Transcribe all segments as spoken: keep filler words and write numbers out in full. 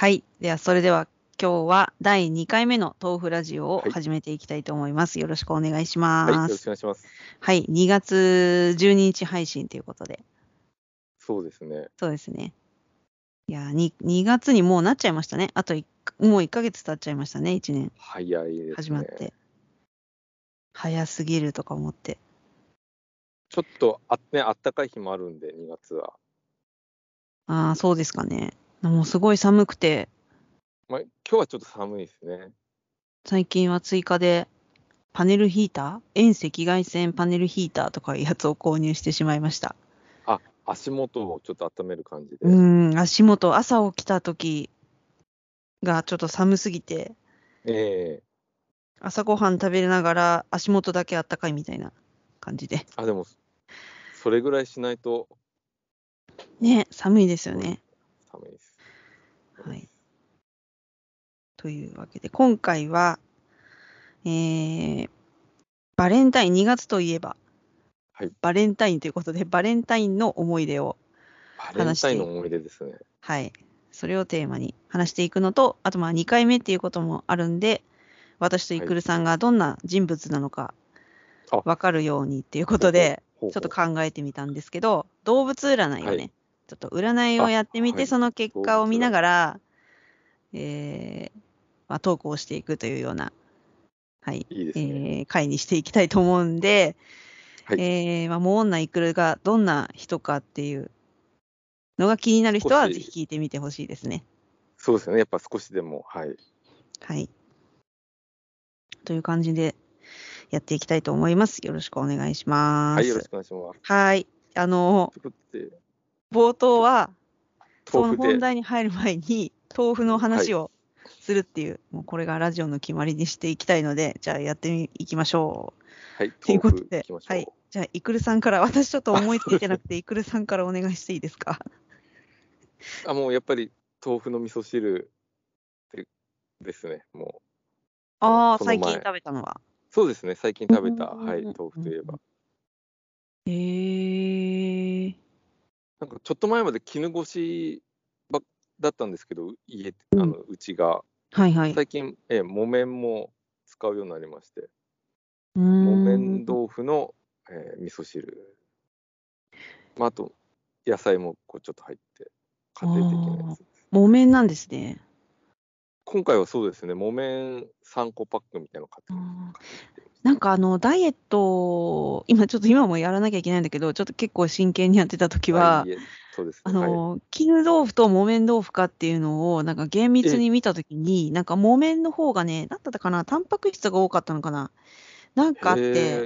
はい。では、それでは今日はだいにかいめの豆腐ラジオをはい始めていきたいと思います。よろしくお願いしはい、よろしくます。 お願いします。 はい。にがつじゅうににち配信ということで。 そうですね。 そうですね。いやー、ににがつにもうなっちゃいましたね。あといもういっかげつ経っちゃいましたね。いちねん早いですね。 始まって。早すぎるとか思って。 ちょっとあ、ね、あったかい日もあるんで、にがつは。 ああ、そうですかね。もうすごい寒くて、 まあ、今日はちょっと寒いですね。 最近は追加でパネルヒーター遠赤外線パネルヒーターとかいうやつを購入してしまいました。 あ、足元をちょっと温める感じで。 うーん、足元、朝起きた時がちょっと寒すぎて、 ええ朝ごはん食べながら足元だけあったかいみたいな感じで。 あ、でも、それぐらいしないと、 ね、寒いですよ無理ね。 寒いです。 はい。というわけで、今回は、えー、バレンタイン、にがつといえば、 はい。 バレンタインということで、バレンタインの思い出をバレン話して、 タインの思い出ですね。 はい。それをテーマに話していくのと、あとまあにかいめっていうこともあるんで、私とイはい。 クルさんがどんな人物なのかあ、 わかるようにっていうこほうほう、 とで、ちょっとほうほう。 考えてみたんですけど、動物占いはい。 をね、ちょっと占いをあ、 やってみて、 はい。 その結動果を見な物占い。 がら、えーまあ、トークをしていくというような、はい、えいいですね。 ー回にしていきたいと思うんで、 はい。 えーまあ、モーンナイクルがどんな人かっていうのが気になる人は、ぜひ少し、 聞いてみてほしいですね。 そうですね。やっぱ少しでも、はい。 はい。という感じでやっていきたいと思います。よろしくお願いしはい、よろします。 くお願いします。 はい。あの、 ということで、 冒頭ちょっは、 とその本豆腐で、 題に入る前に、豆腐のはい。 話をするっていう、もうこれがラジオの決まりにしていきたいので、じゃあやってみいきましょう。 はい、 という豆ことで、 腐いきましはい。 ょう。 じゃあ、イクルさんから、私ちょっとあ、 思いつそうですね。 いてなくて、イクルさんからお願いしていいですか？ あ、もうやっぱり豆腐の味噌汁でですね。もう、もうああ、最近この前。 食べたのは。 そうですね、最近う食べた、はい、 ん豆腐といえば。 へえ。 なんかちょっと前まで絹ごしばだったんですけど、家うん。 あの、うちが。 はいはい。 最近、ええ、木綿も使うようになりまして、 うー木ん。 綿豆腐の、ええ、味噌汁。まあ、あと野菜もこうちょっと入って、 あ家庭的なやあ、 つ。 木綿なんですね。 今回はそうですね、木綿さんこパックみたいなの買ってああ。 買ってきてました。 なんかあの、ダイエット、今ちょっと今もやらなきゃいけないんだけど、ちょっと結構真剣にやってた時は、 ダイエットですね、はい。 あの、絹豆腐と木綿豆腐かっていうのを、なんか厳密え、 に見た時に、なんか木綿の方がね、なんだったかな、タンパク質が多かったのかな。なんかあって、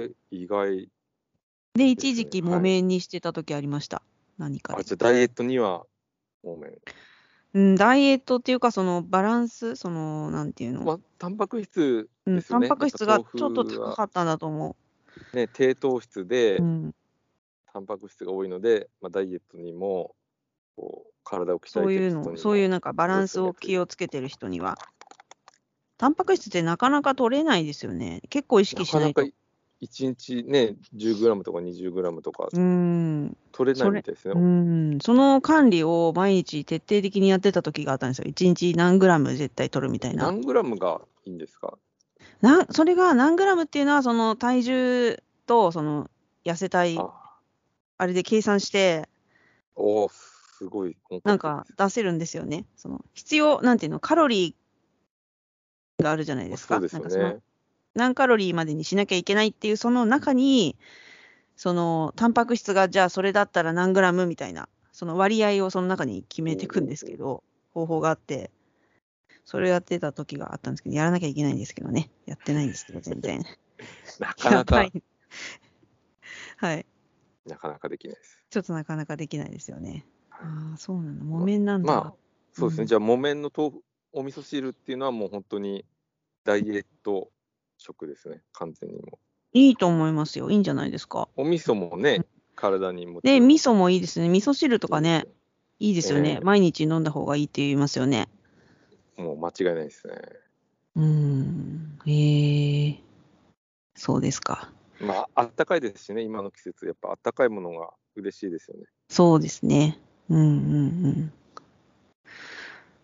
へえ、意外で、一ですね、 時期木はい。 綿にしてた時ありました。何かあ、 で。 じゃ、ダイエットには木綿。 うん、ダイエットっていうか、そのバランス、その、なんていうの。 ま、タンパク質うん、 ですよね。 タンパクやっぱ豆質がちょっと腐は高かったんだと思ね、低糖質う。うでん。 タンパク質が多いので、ま、ダイエットにも、こう体を鍛えてるそういうの、そういう人にもなんかバおランスをすすめという。 気をつけてる人には。タンパク質ってなかなか取れないですよね。結構意識なかなかしないと。 いちにちね、じゅうグラムとかにじゅうグラムとかうーん。 取れないそれ、 みたいですね。 うーん。その管理を毎日徹底的にやってた時があったんですよ。いちにち何グラム絶対取るみたいな。 何グラムがいいんですか？ な、それが何グラムっていうのは、その体重と、その痩せたい、 あ、 あれで計算して、 おお、すごい本なん格的です。 か出せるんですよね。その必要、なんていうの、カロリーがあるじゃないでま、 すか。 そうですなんかそのよね。 何カロリーまでにしなきゃいけないっていうその中に、そのタンパク質がじゃあそれだったら何グラムみたいな、その割合をその中に決めていくんほうほうほう。 ですけど、方法があって、それをやってた時があったんですけど、やらなきゃいけないんですけどね。やってないんですけど、全然。 なかなかやばい。はい。 なかなかできないです。 ちょっとなかなかできないですよね。 はい。 ああ、そうなんだ。木ま綿なんだ。 まあ、そうですね、 うん。 じゃあ木綿の豆腐お味噌汁っていうのはもうほんとにダイエット食ですね、完全にもう。 いいと思いますよ。いいんじゃないですか。 お味噌もうん。 ね、体にもちで、 ろん味噌もいいですね。味噌汁とかね、 いいですよ。 いいですよね。 え毎日飲んだ方がいいって言いますよね。 え、もう間違いないですね。 うーん。へえ、そうですか。 まあ、あったかいですしね、今の季節、やっぱあったかいものが嬉しいですよね。 そうですね。うんうんうん。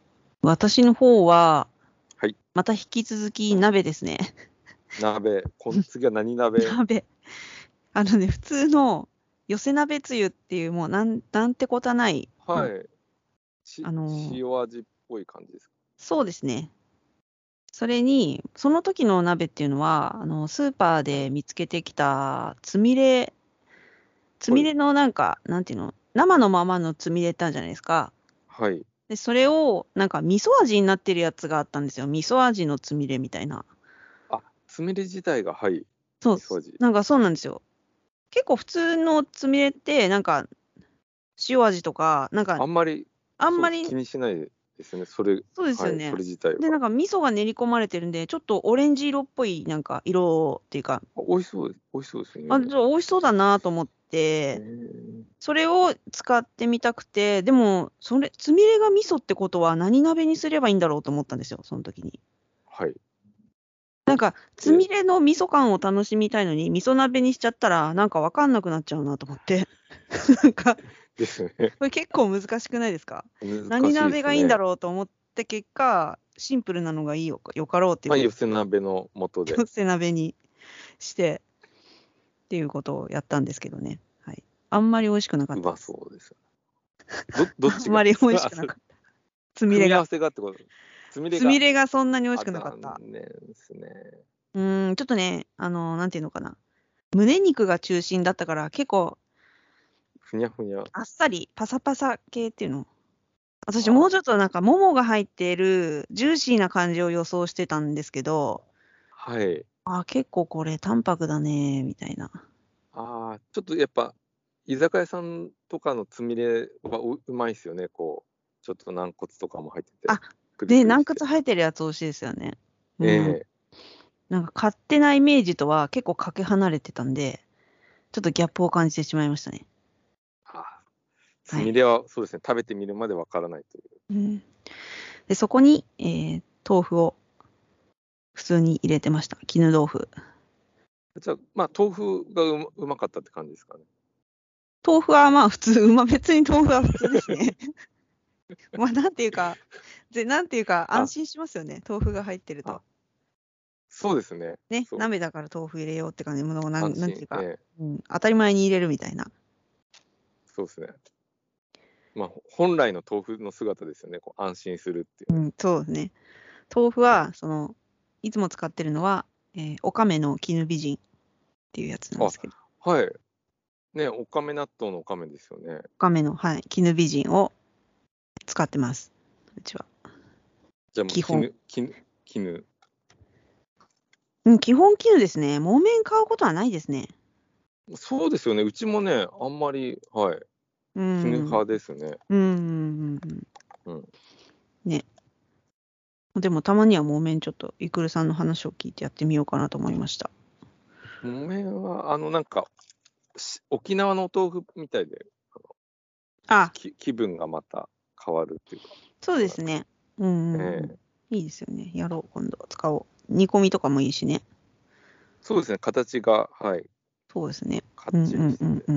私の方は、 はい。 また引き続き鍋ですね。 鍋。こん次は何鍋？ 鍋。あのね、普通の寄せ鍋つゆっていう、もうなん、なんてことはない、もう、 はい。しあのー塩味っぽい感じですか？ そうですね。それに、その時の鍋っていうのは、あの、スーパーで見つけてきた、つみれ、つはい。 みれのなんか、なんていうの、生のままのつみれってあるじゃないですか。 はい。 で、それを、なんか味噌味になってるやつがあったんですよ。味噌味のつみれみたいな。 あ、つみれ自体が、はい。 そう、 味噌味。 なんかそうなんですよ。結構普通のつみれって、なんか塩味とか、なんかあんまり、そうです。 あんまり、 気にしないですね。それ、 そうですはい。そよね。 れ自体で、なは。 んか味噌が練り込まれてるんで、ちょっとオレンジ色っぽい、なんか色っていうか、 あ、美味しそうです。美味しそうですあ、 ね。 じゃあ美味しそうだなと思っへて、 え。 それを使ってみたくて、でも、それ、つみれが味噌ってことは何鍋にすればいいんだろうと思ったんですよ、その時に。 はい。 なんか、つで、 みれの味噌感を楽しみたいのに、味噌鍋にしちゃったら、なんかわかんなくなっちゃうなと思って。なんか、 ですね。 これ結構難しくないですか？何難しいで鍋がいいんだすね。 ろうと思って結果、シンプルなのがいいよか、よかろうっていうまあ、 こと寄せ鍋の素で、 で。 寄せ鍋にしてっていうことをやったんですけどね。はい。あんまり美味しくなかっうまたです。 そうです。ど、どっあんまり美ちがですか？あ、それ、 味しくなかった。つみれが。 組み合わせがってこと？つみれが。 つみれがそんなに美味しあ、 くなかった。 残念ですね。 うーん、ちょっとね、あの、なんていうのかな。胸肉が中心だったから、結構ふにゃふにゃ。 あっさり、パサパサ系っていうの。私もうちょあ、 っとなんか、ももが入っているジューシーな感じを予想してたんですけど、 はい。 あ、結構これ淡白だね、みたいな。 ああ、ちょっとやっぱ、居酒屋さんとかのつみれはううまいですよね。こう、ちょっと軟骨とかも入ってて、 あ、 プリで、 プリして。 軟骨入ってるやつ美味しいですよね。うん。 ええ。 なんか勝手なイメージとは結構かけ離れてたんで、ちょっとギャップを感じてしまいましたね。 あ、つはい。 みれはそうですね、食べてみるまでわからないという。 うん。で、そこに、えー豆腐を普通に入れてました。絹豆腐。 じゃあ、まあ、豆腐がうまうまかったって感じですかね。 豆腐はまあ普通、まあ別に豆腐は普通ですね。まあなんていうか、で、なんていうか安あ、 心しますよね。豆腐が入ってると。 あ、そうですね。 ね、 そう。 鍋だから豆腐入れようって感じ。もうなん、なんてい安心。 うか、 ええ、 うん、当たり前に入れるみたいな。 そうですね。まあ、ほ本来の豆腐の姿ですよね。こう安心するっていう。 うん、そうですね。豆腐は、その、いつも使ってるのは、えーおかめの絹美人っていうやつなんであ、 すけど、 はい。ね、おかめ納豆のおかめですよね。 おかめの、はい、絹美人を使ってます。うちは。 じゃあもう基本。 絹、絹、絹。 うん、基本絹ですね。木綿買うことはないですね。 そうですよね。うちもね、あんまり、はい。 うん。 絹派ですね。 うん。うんうんうん。 ね。でもたまには木綿ちょっと、イクルさんの話を聞いてやってみようかなと思いました。 木綿は、あの、なんか、し沖縄のお豆腐みたいで、あのあ、 き気分がまた変わるっていうか、 そうこうなんか、 ですね。うんうんうん。 ええ、 いいですよね。やろう、今度。使おう。煮込みとかもいいしね。 そうですね、形が、はい、 そうですね。 かっうんうんちりしてて。 うんうん。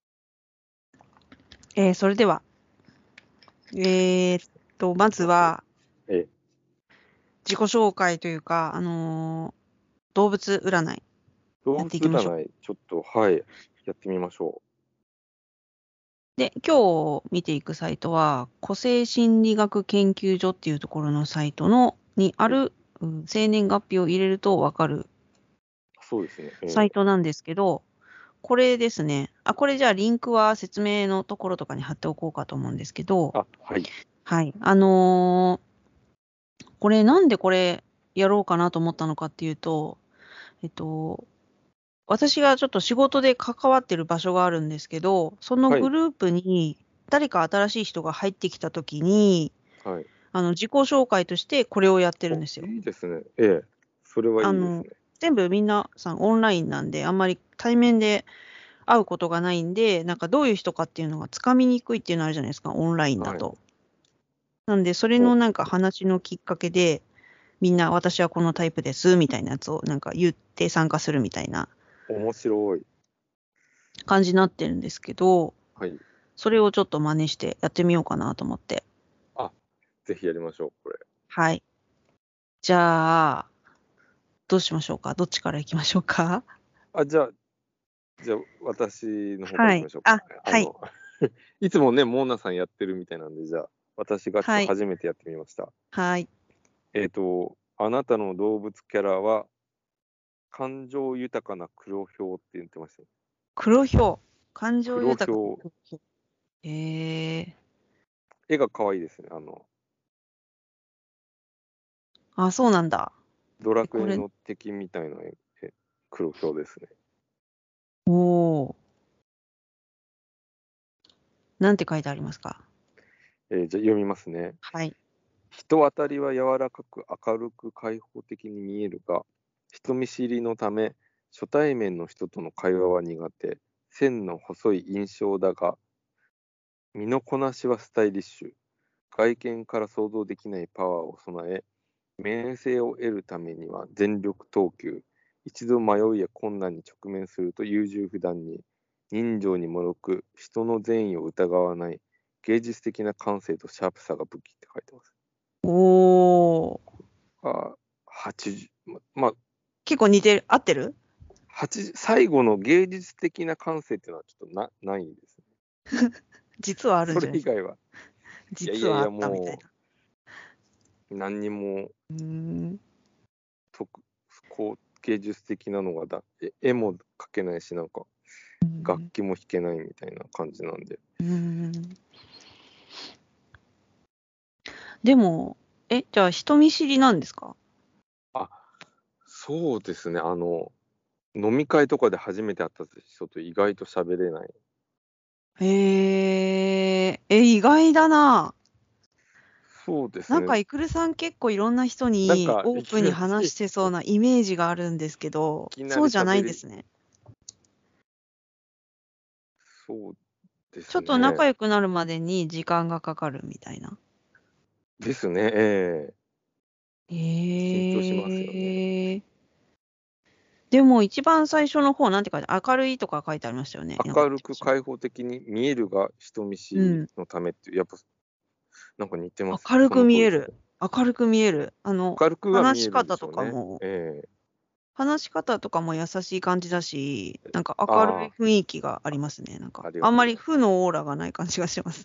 えーそれでは、えーっと、まずまず、 は、 ええ、 自己紹介というか、あのー動物占いやっ動物ていきましょう。 占い、ちょっと、はい、やってみましょで、今日見ていくサイトは、個性心理学研究所っていうところのサイトの、にあう。はい、 る、うん生年月日を入れるとわかるそうですね、えサイえ、 トなんですけど、これですね。あ、これじゃあリンクは説明のところとかに貼っておこうかと思うんですけど、 あ、はい、 はい。あのーこれなんでこれやろうかなと思ったのかっていうと、えっと、私がちょっと仕事で関わってる場所があるんですけど、そのはい、 グループに誰か新しい人が入ってきたときに、 はい。 あの、自己紹介としてこれをやってるんお、 ですよ。 いいですね。ええ、それはいあの、 いですね。 全部みんなさんオンラインなんで、あんまり対面で会うことがないんで、なんかどういう人かっていうのがつかみにくいっていうのあるじゃないですか、オンラインだはい。 と。なんで、それお、 のなんか話のきっかけで、みんな私はこのタイプです、みたいなやつをなんか言って参加するみたいな面白い。 感じになってるんですけど、 はい。 それをちょっと真似してやってみようかなと思って。 あ、 ぜひやりましょう、これ。 はい。じゃあ、どうしましょうか。どっちから行きましょうか。 あ、じゃあ、じゃあ、私の方からはい。 行きましょうか。 あ、はい。 あの、いつもね、モーナさんやってるみたいなんで、じゃあ、私がちょっとはい。 初めてやってみました。 はい。 えっ、と、あなたの動物キャラは、感情豊かな黒ひょうって言ってましたね。 黒ひょう。感情黒ひ豊かなょう。 黒ひょう。ええ絵が可愛いですね。あの、 ー。あ、そうなんだ。 ドラえ、これ、 クエの敵みたいな絵、絵黒ひょうですね。 おー。なんて書いてありますか。 えーじゃあ読みますね。 はい。 人当たりは柔らかく明るく開放的に見えるが、人見知りのため、初対面の人との会話は苦手。線の細い印象だが、身のこなしはスタイリッシュ。外見から想像できないパワーを備え、名声を得るためには全力投球。一度迷いや困難に直面すると優柔不断に、人情に脆く、人の善意を疑わない、芸術的な感性とシャープさが武器って書いてます。 おー。 あ、はちじゅう、ま、ま結構似てる。合ってる。 はちじゅう最後の芸術的な感性っていうのはちょっとなないんですね。 実はあるんそじゃないですか。 れ以外は。いやい実はあやいや、 ったみたいもう、何にもな。うーん。 特こう芸術的なのがだ、え絵も描けないし、なんか楽器も弾けないみたいな感じなんで。 うーん。でも、え、じゃあ人見知りなんですか。 あ、そうですね。あの、飲み会とかで初めて会った人と意外と喋れない。 へえ、え、意外だな。 そうですなんか、 ね。 いくるさん結構いろんな人なんか、 にオーいきなり、 プンに話してそうなイメージがあるんですけど、 いきなりそうじゃない喋り、 んですね。 そうでちょっと仲すね。 良くなるまでに時間がかかるみたいな。 ですね。ええ緊張しますよね。 へえ。でも一番最初の方、なんて書いてある、明るいとか書いてありましたよね。なんか明るく開放的に見えるが人見知りうん。 のためっていう、やっぱ、なんか似てます。 明るくその通りですね。 見える。明るく見える。あの、 明るくは見えるんで話し方としょうね。 かも、 ええ話し方とかも優しい感じだし、なんか明るいあ雰囲気がありますね。なんあ、 か、 ありがあんまとうございます。 り負のオーラがない感じがします。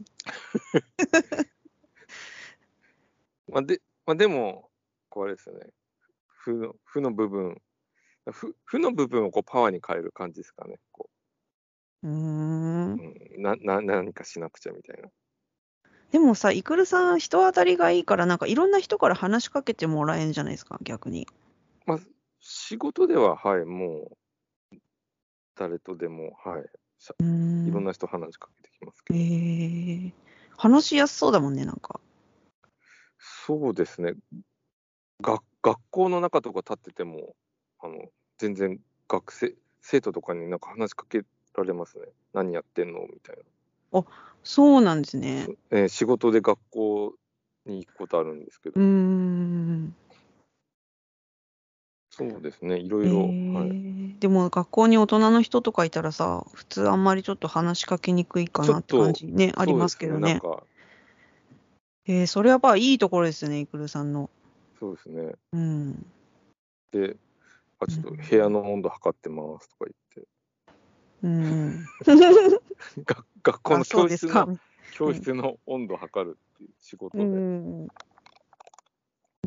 まあ、で、まあ、でも、これですよね。負の、負の部分、負、負の部分をこうパワーに変える感じですかね。こうーう、 ん。 うん、な、な、何かしなくちゃみたいな。 でもさ、イクルさん人当たりがいいから、なんかいろんな人から話しかけてもらえるんじゃないですか、逆に。 まあ、仕事では、はい、もう、誰とでも、はい、さうーいろんん。 な人話しかけてきますけえど。 ー、話しやすそうだもんね、なんか。 そうですね。学学校の中とか立ってても、あの、全然学生生徒とかになんか話しかけられますね。「何やってんの？」みたいな。 あ、そうなんですね。 そえー仕事で学校に行くことあるんですけうーど、 ん。 そうですね、いろえいろ、はい。 ー、でも学校に大人の人とかいたらさ、普通あんまりちょっと話しかけにくいかちょっなって感と、 じね、ありまそうですね、 すけどね。 なんか、 えー、それはやっぱいいところですね、イクルさんの。 そうですね。 うん。 で、あ、 うちょっと部屋ん。 の温度測ってますとか言って、 うん。 が学校あ、 のそうですか。 教室の教うん。 室の温度測るっていう仕う事で。 ん。うん。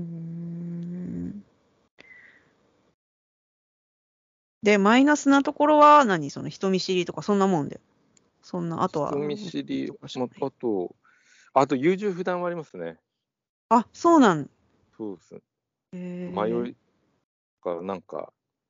で、マイナスなところは何、その人見知りとかそんなもんで。そんな、あとは、 人見知り、 とかじゃま、 ない。 あとあと優柔不断はありますね。 あ、そうなん。 そうですね。 へえ。 迷いがなんか、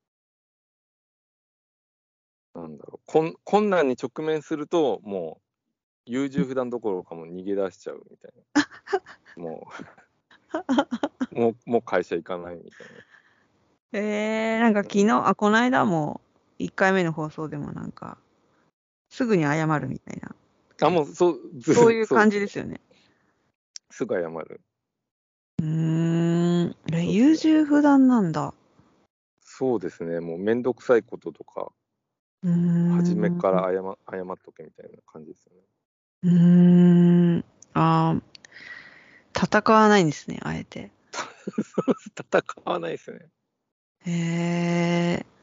なんだろう、こん困難に直面すると、もう優柔不断どころかもう逃げ出しちゃうみたいな。もうもうもう会社行かないみたいな。 えー、なんかうん。 昨日、あ、この間も、いっかいめの放送でもなんか、すぐに謝るみたいなあ、 感じ。 もう、そうずそういうそうですね。 感じですよね。 すぐ謝る。 うーん。え、 そうですね。 優柔不断なんだ。 そうですね、もうめんどくさいこととか、 うー初めかん。 ら謝謝っとけみたいな感じですよね。 うーん。あー、 戦わないんですね、あえて。 戦わないですね。 へえ。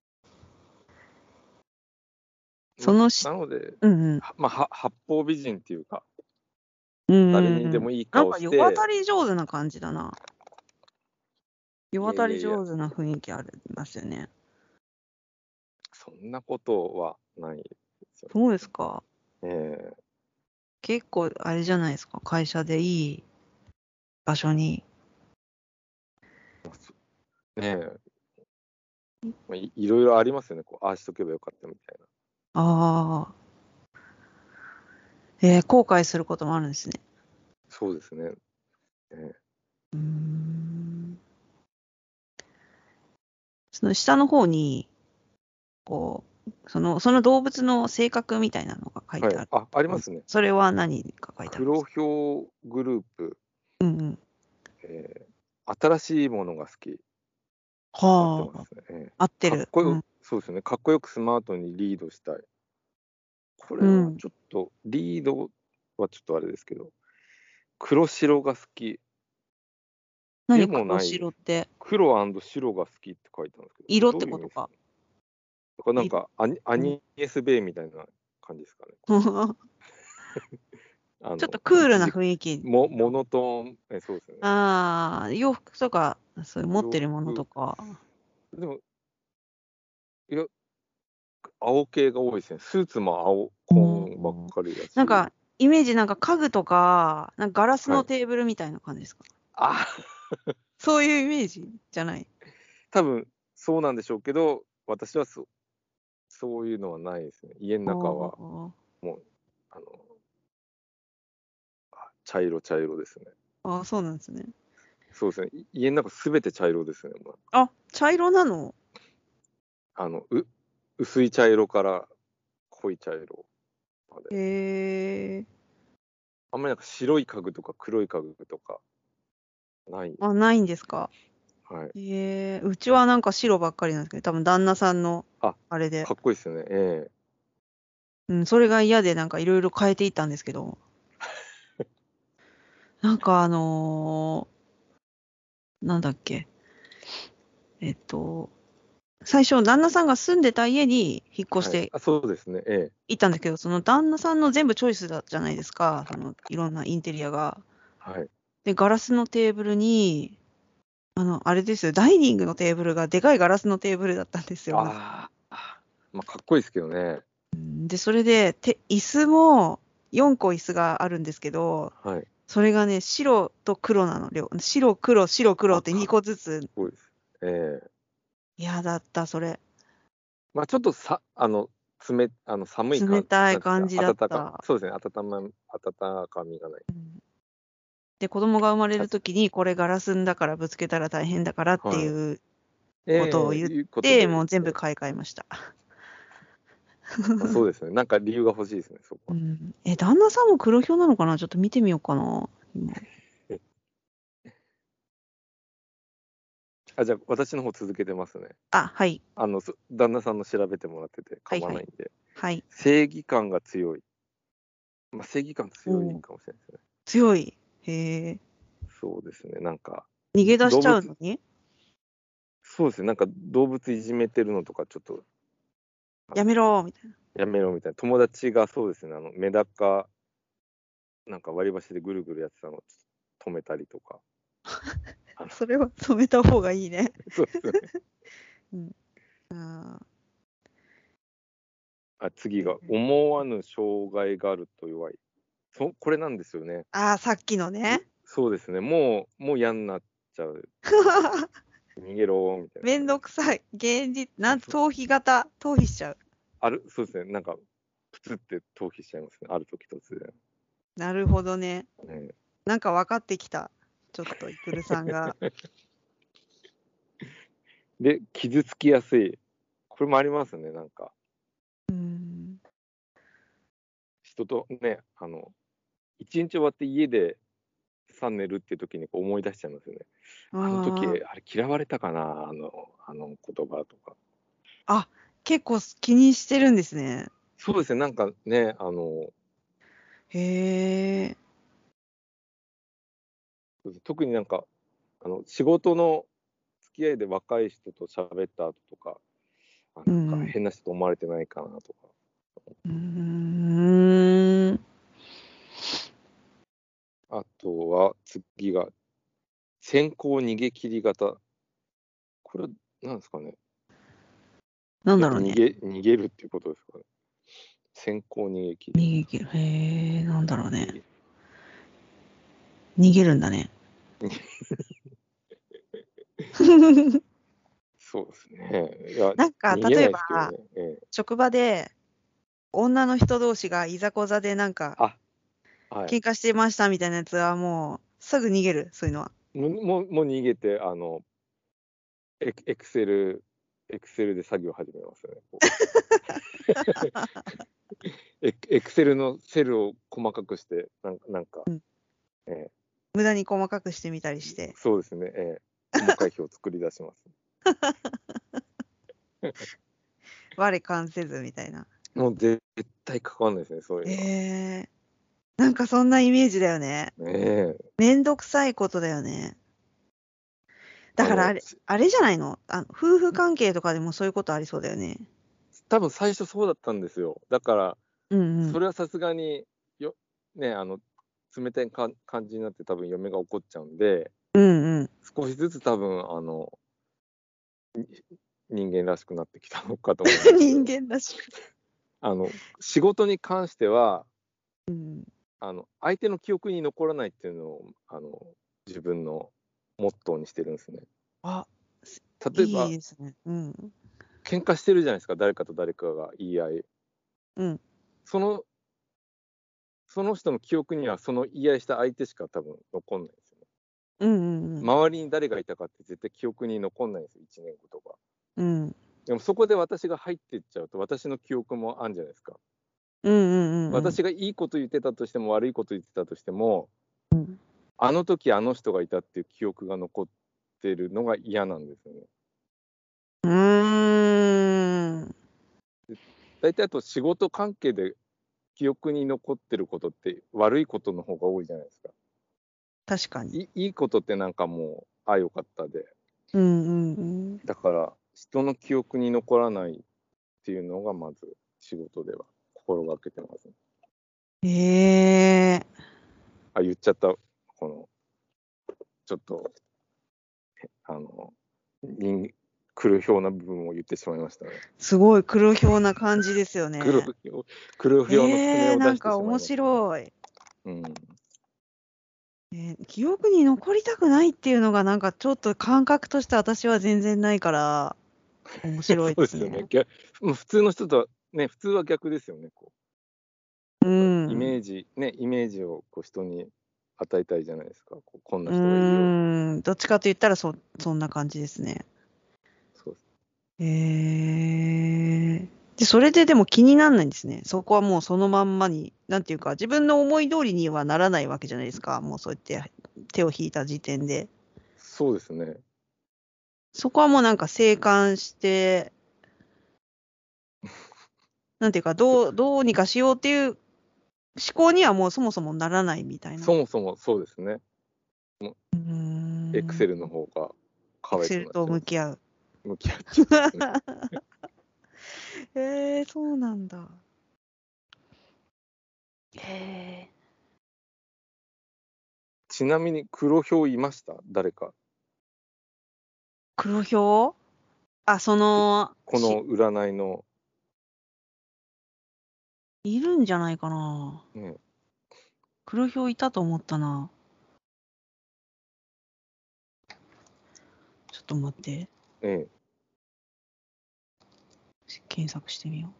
そのし、 なので、 うんうん。 はまあ、は八方美人っていうか、 うん誰うんうん。 にでもいいなんか世顔して、 渡り上手な感じだな。世いやい渡りやいや、 上手な雰囲気ありますよね。 そんなことはないですよそうですか。 ね。ええ結構、あれじゃないですか。会社でいい場所に。 ねえ、まあ、い、いろいろありますよね。こう、ああしとけばよかったみたいな。 ああ。えー、後悔することもあるんですね。 そうですね。ええうーん。その下の方に、こう、その、その動物の性格みたいなのが書いはい。 てあるあ、ありと思うんです。 ますね。 それは何が書いてあるんです黒ひょうグループ、 うんうん。 えー新しいものが好き。合ってはあ、 ますね。ええ合ってる。 かっこよ、 うん。 そうですね。かっこよくスマートにリードしたい。これはうん。 ちょっと、リードはちょっとあれですけど、黒白が好きで何黒もない。 白って、 黒白が好きって書いてあるんですけど、これ色ってどういう意味ですか？ ことか。 だからなん色。 かアニ、アうん。 ニエスベイみたいな感じですかね。これあちょっとの、 クールな一時、 雰囲気も、モの。 ノトーン、え、そうですね。 ああ、洋服とか、そういう持っ洋てるものと服、 か。 でも、いや、青系が多いですね。スーツも青紺ばっうんかりだし、 なんか、イメージなんか家具とか、なんかガラスはい。 のテーブルみたいな感じですか？ あ、 そういうイメージじゃない。 多分そうなんでしょうけど、私はそ、そういうのはないですね。家のあ中はーもう、あの、あ茶色茶色ですね。 あー、そうなんですね。 そうですね。い家の中すべて茶色ですね。もうあ、茶色なの？ あの、う、薄い茶色から濃い茶色まで。 へえ。 あんまりなんか白い家具とか黒い家具とかないあ、 ですね。 ないんですか。 はい。 へえ。うちはなんか白ばっかりなんですけど、多分旦那さんの、 あ、 あれで。 かっこいいですよね。えうん、それが嫌でなんかいろいろ変えていったんですけど、なんかあのーなんだっけ。えっと、最初旦那さんが住んでた家に引っえはい。 越してあ、そうですね。ええ行ったんですけど、その旦那さんの全部チョイスだじゃないですか。そのいろんなインテリアが。 はい。 で、ガラスのテーブルに、あの、あれですよ、ダイニングのテーブルがでかいガラスのテーブルだったんですよ。 ああ、まあ、かっこいいですけどね。 で、それで、て、椅子もよんこ椅子があるんですけど、 はい。 それがね、白と黒なの、両白、黒、白、黒あ、 って2 かっ個ずつ。 こいいです。ええ嫌だった、それ。 まあ、ちょっとさ、あの、冷、あの、寒い冷感、 たいなんていうんですか、 感じだっ暖か、 た。 そうですね、温ま、温かみがない。 で、子供が生まれたるときに、これガラスんだからぶつけたら大変だからってはい。 いうことをええ言っいうことて、 で、 もう全部ええ買い替えました。 まあ、そうですね。なんか理由が欲しいですね、そこは。 うん。え、旦那さんも黒ひょうなのかな？ちょっと見てみようかな。今。 あ、じゃあ、私の方続けてますね。 あ、はい。 あの、そ旦那さんの調べてもらってて構はいはい。 わないんで。 はい。 正義感が強い。まあ、正義感強いおーかもしれないですね。 強い。へえ。 そうですね。なんか、 逃げ出しちゃうど動物、 のにそうですね。なんか動物いじめてるのとか、ちょっと、あの、 やめろみたいな。 やめろみたいな。友達がそうですね。あの、メダカ、なんか割り箸でぐるぐるやってたのを止めたりとか。あの、 それは止めた方がいいね。 そうですよね。 うん。ああ、次が、 ー思わぬ障害があると弱い。そ、これなんですよね。 あー、さっきのうね。 そうですね。もう、もう嫌になっちゃう。逃げろみたいなめん感じです。 どくさい。現実、なあ、 ん、 そう、 逃避型。逃避しちゃう。 ある、そうですね。なんか、プツって逃避しちゃいますね。ある時突然。 なるほどね。 ね、 なんか分かってきた。ちょっと、イクルさんが。 で、傷つきやすい。これもありますね。なんか、 うん。 人とね、あの、一日終わって家でさ寝るっていう時にこう思い出しちゃいますよね。あの時、 ああれ嫌われたかな、あの、あの言葉とか。 あ。あ、結構気にしてるんですね。 そうですね。なんかね、あの、 へえ。 特になんか、あの、仕事の付き合いで若い人と喋った後とか、あうなんかん。 変な人と思われてないかなとか。 うーん。 あとは、次が、先行逃げ切り型。これは何ですかね。やっぱ逃なんだろうね。 げ、逃げるっていうことですかね。先行逃げ切り。 逃げ切る。へえ、なんだろうね。 逃げ逃げるんだね。 そうですね。いや、 なんか、 逃げないで例えば、 すけどね。ええ、 職場で、女の人同士がいざこざでなんか、 あ、はい。 喧嘩してましたみたいなやつはもう、すぐ逃げる、そういうのは。 もう、もうもう逃げて、あの、エクエクセル、エクセルで作業始めますよね。こうエクエクセルのセルを細かくして、なんか、なんか、 うん。 ええ、 無駄に細かくしてみたりして。 そうですね。ええ、細かい表を作り出します。 我関せずみたいな。 もう絶対関わんないですね、そういうのは。 ええ、なんかそんなイメージだよね。 ええ、 めんどくさいことだよね。だあの、 からあれ、あれじゃないのあの、夫婦関係とかでもそういうことありそうだよね。 多分最初そうだったんですよ。だから、 うんうん。 それはさすがに、よ、ね、あの、冷たいか感じになって多分嫁が怒っちゃうんで、 うんうん。 少しずつ多分、あの、人間らしくなってきたのかと思うんですけ人ど、 間らしく。 あの、仕事に関しては、 うん。 あの、相手の記憶に残らないっていうのを、あの、自分のモットーにしてるんですね。 あ、す例えば、 いいですね。うん。 喧嘩してるじゃないですか、誰かと誰かが言い合い。 うん。 その、その人の記憶には、その言い合いした相手しか多分残んないですよね。 うんうんうん。 周りに誰がいたかって絶対記憶に残んないんですよ、いちねんごとか。 うん。 でもそこで私が入っていっちゃうと、私の記憶もあるんじゃないですか。 うんうんうんうん。 私がいいこと言ってたとしても、悪いこと言ってたとしても、 うん。 あの時あの人がいたっていう記憶が残ってるのが嫌なんですよね。 うーん。 大体あと仕事関係で記憶に残ってることって悪いことの方が多いじゃないですか。 確かに。 いいいことってなんかもう、ああよかったで。 うんうんうん。 だから人の記憶に残らないっていうのがまず仕事では心がけてますね。 ええ、 あ、言っちゃった。この、ちょっと、あの、人、黒ひょうな部分を言ってしまいましたね。 すごい黒ひょうな感じですよ黒ね。 ひょう、黒ひょうの爪ええ、なんを出してしまか面いましたね。 白い。 うん。 えー記憶に残りたくないっていうのがなんかちょっと感覚として私は全然ないから面白いそうですよね。 ですね。 逆もう普通の人とは、ね、普通は逆ですよね。こうう、やっぱりイメん。 ージ、ね、イメージをこう人に与えたいじゃないですか。こうこんなう人がいるよ。 ーん。どっちかと言ったらそ、そんな感じですね。 そうです。 ええ。で、それででも気にならないんですね。そこはもうそのまんまに、なんていうか、自分の思い通りにはならないわけじゃないですか。もうそうやって手を引いた時点で。 そうですね。 そこはもうなんか静観して、なんていうか、 そ、 どう、どうにかしようっていう思考にはもうそもそもならないみたいな。 そもそもそうですね。もううーん。 エクセルの方が可愛くエクセルとなっちゃいます。 向き合う。 向き合っちゃうんですね。 ええ、そうなんだ。へえ。 ちなみに黒ひょういました誰か。 黒ひょうあ、その、し、 この占いの、 いるんじゃないかな。 ね、 黒ひょういたと思ったな。ちょっと待って。 ええ、 検索してみよう。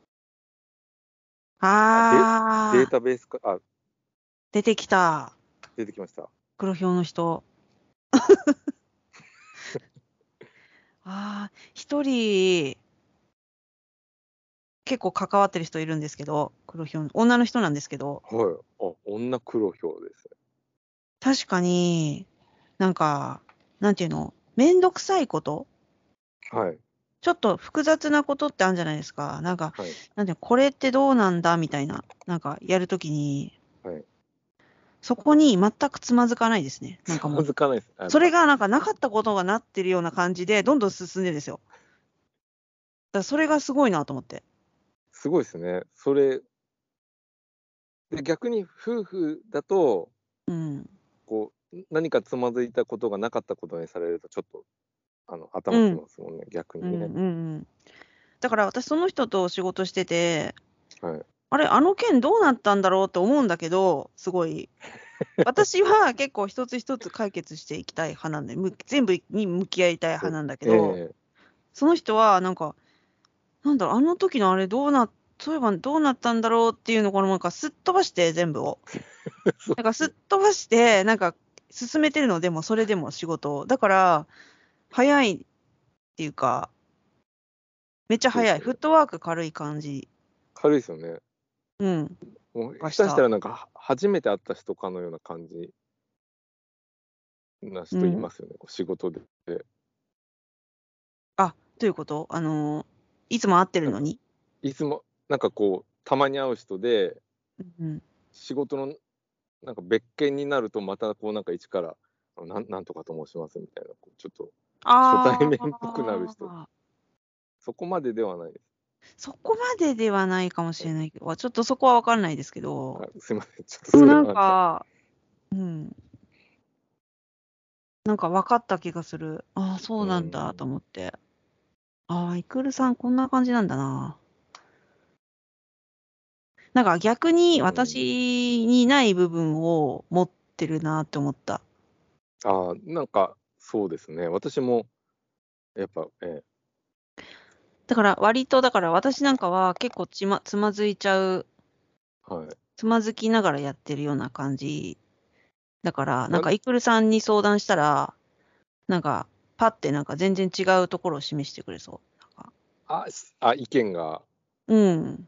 あ、デ、デーあー、 タベースか、あ、 出てきた。 出てきました。 黒ひょうの人。あー、一人、結構関わってる人いるんですけど、黒ひょう、女の人なんですけど、 はい。あ、女黒ひょうですね。 確かに、なんか、なんていうの、めんどくさいことはい。 ちょっと複雑なことってあるんじゃないですか。なんか、 はい。 なんていうのこれってどうなんだみたいな、なんかやるときに、 はい。 そこに全くつまずかないですね。なんつかもう、 まずかないです。あそれがなんかなかったことがなってるような感じで、どんどん進んでるんですよ。だからそれがすごいなと思って。 すごいですね。それ、で、逆に夫婦だと、 うん。 こう、何かつまずいたことがなかったことにされると、ちょっと、あの、頭きうん。 ますもんね、逆うん。 にね。 うん。うん。だから私その人と仕事してて、 はい。 あれ、あの件どうなったんだろうって思うんだけど、すごい。私は結構一つ一つ解決していきたい派なんで、む全部に向き合いたい派なんだけど、 ええその人はなんか、なんだろう、あの時のあれどうな、そういえばどうなったんだろうっていうのをなんかすっ飛ばして全部を。 そうなんかすっ飛ばして、なんか進めてるのでも、それでも仕事を。だから、早いっていうか、めっちゃ早い。 そうですよね。 フットワーク軽い感じ。 軽いですよね。 うん。 もうがした。 下手したらなんか、は初めて会った人かのような感じな人いうん。 ますよね、こう仕事で。 あ、どういうことあのーいつも会ってるなんか、 のにいつも、なんかこう、たまに会う人で、 うん。 仕事のなんか別件になると、またこうなんか一から、あのなんなんとかと申しますみたいな、こうちょっと初対あ面っぽくなる人、 あ、 そこまでではないです。 そこまでではないかもしはい。 れないけど、ちょっとそこはわかんないですけあ、 ど、 すいません、ちょっとでもなんそれはなんか、 か、うん、なんか分かった気がする。ああ、そうーうなんだとん、 思って。ああ、イクルさんこんな感じなんだな。なんか逆にうーん。 私にない部分を持ってるなって思った。 ああ、なんかそうですね。私もやっぱ、ええ、 だから割と、だから私なんかは結構ちま、つまずいちゃう、 はい。 つまずきながらやってるような感じ。だから、なんま、 かイクルさんに相談したら、なんか、パってなんか全然違うところを示してくれそう。なんかあ、しあ、意見が、 うん。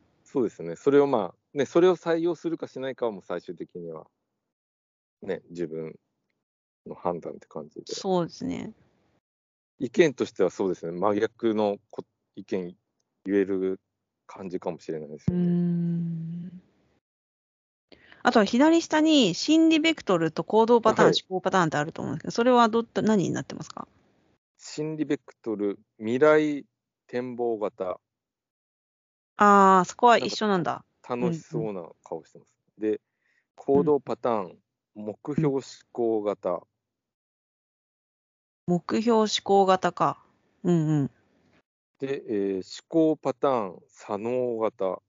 そうですね。それをまあ、ね、それを採用するかしないかはもう最終的にはね、自分の判断って感じで。 そうですね。 意見としてはそうですね、真逆のこ意見言える感じかもしれないですうーよね。 ん。あとは左下に心理ベクトルと行動パターン、 はい。 思考パターンってあると思うんですけど、それはどった、何になってますか？ 心理ベクトル、未来展望型、 ああー、そこは一なんか緒なんだ。 た楽しうん、うん、 そうな顔してます。で、 うん、 行動パターン、目うん。 標思考型、 目標思考型か。うんうん。 で、えー思考パターン、左脳型。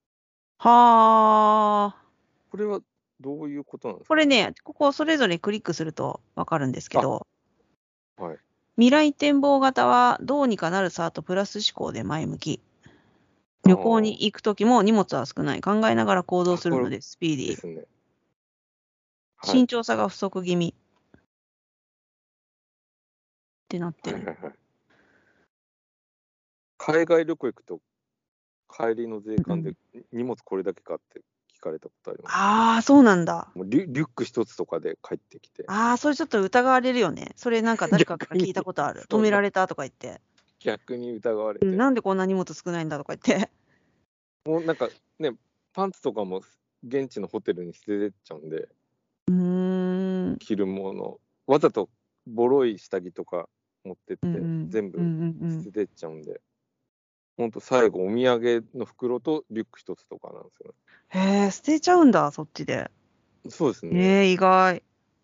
はあ。 これはどういうことなんですかね。 これね、ここそれぞれクリックするとわかるんですけあ、 ど、 はい。 未来展望型はどうにかなるさとプラス思考で前向き。 あ旅行にー行くときも荷物は少ない。考えながら行動あ、これするのでスピーディー。 ですね。はい。 慎重さが不足気味ってなってる。 はいはいはい。海外旅行行くと帰りの税うん。 関で、に荷物これだけかって聞かれたことあります。 ああ、そうなんだ。 もうリュリュック一つとかで帰ってきて、 ああ、それちょっと疑われるよね。それなんか誰かから逆に、 聞いたことある。止そうな、 められたとか言って。 逆に疑われうん、 て、 なんでこんな荷物少ないんだとか言って。 もうなんかね、パンツとかも現地のホテルに捨ててっちゃうんで、 うーん。 着るもの、わざとボロい下着とか持ってっうんうて、 ん。 全部うんうんうん。 捨ててっちゃうんで、ほんと最後お土産の袋とリュック一つとかなんですよへえ、捨てちゃうんだ、そっちで。 ね。そうですね。 ええ、意外。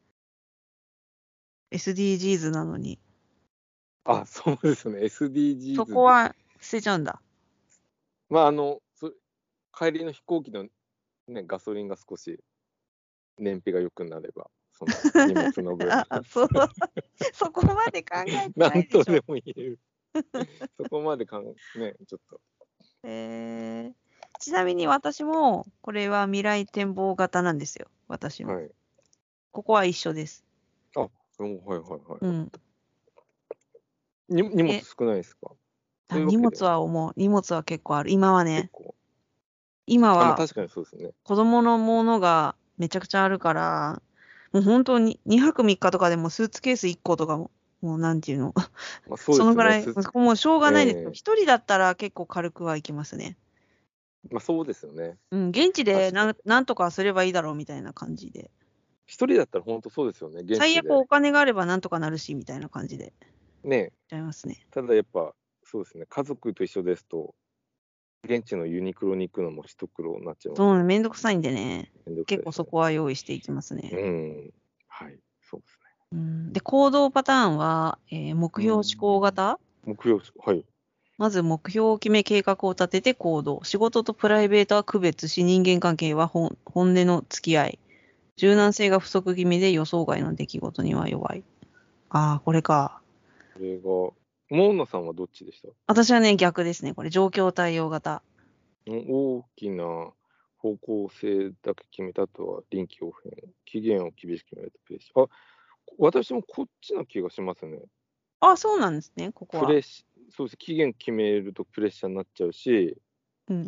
エスディージーズ なのに。 あ、そうですね。 そエスディージーズ で、 こは捨てちゃうんだ。 まあ、あの、そ帰りの飛行機のね、ガソリンが少し燃費が良くなれば、その荷物の分、 あ、そう、そこまで考えてなんないでしょ。 とでも言える。そこまでかんね、ちょっと。 えー、ちなみに私も、これは未来展望型なんですよ。私も。 はい。 ここは一緒です。 あ、うん、はいはいはいはうん。 い。に荷物え、 少ないですか？そあ、荷物ういうわけではは重い。荷物は結構ある。今はね、 結構。あ、まあ今は確かにそうですね。 子供のものがめちゃくちゃあるから、もう本当ににはくみっかとかでもスーツケースいっことかも、もうなんていうの。 まあそうですね。 そのぐらい、 すもうしょうがないんですけど、 ええ一人だったら結構軽くはいきますね。 まあそうですよね。 うん、現地で確かに。 なん、なんとかすればいいだろうみたいな感じで。 一人だったら本当そうですよね、現最地で。 悪お金があればなんとかなるし、みたいな感じで。 ね。 ちゃいますね。 ただやっぱ、そうですね、家族と一緒ですと、現地のユニクロに行くのも一苦労になっちゃいますそうね、 ね。 めんどくさいんでね。 めんどくさいですね。 結構そこは用意していきますうね。 ん。はい、そうですうん、で、行動パターンは、えー目標思考型。 ね。目標、はい。 まず目標を決め計画を立てて行動。仕事とプライベートは区別し、人間関係は本本音の付き合い。柔軟性が不足気味で予想外の出来事には弱い。ああ、これか。 これが、モーナさんはどっちでした？ 私はね、逆ですね。これ、状況対応型。 うん大きな方向性だけ決めた後は臨機応変。期限を厳しく決めるとプレッシャー。あ、私もこっちな気がしますね。 あ、そうなんですね、ここは。 プレッシそうです。期限決めるとプレッシャーになっちゃうし、 うんうん。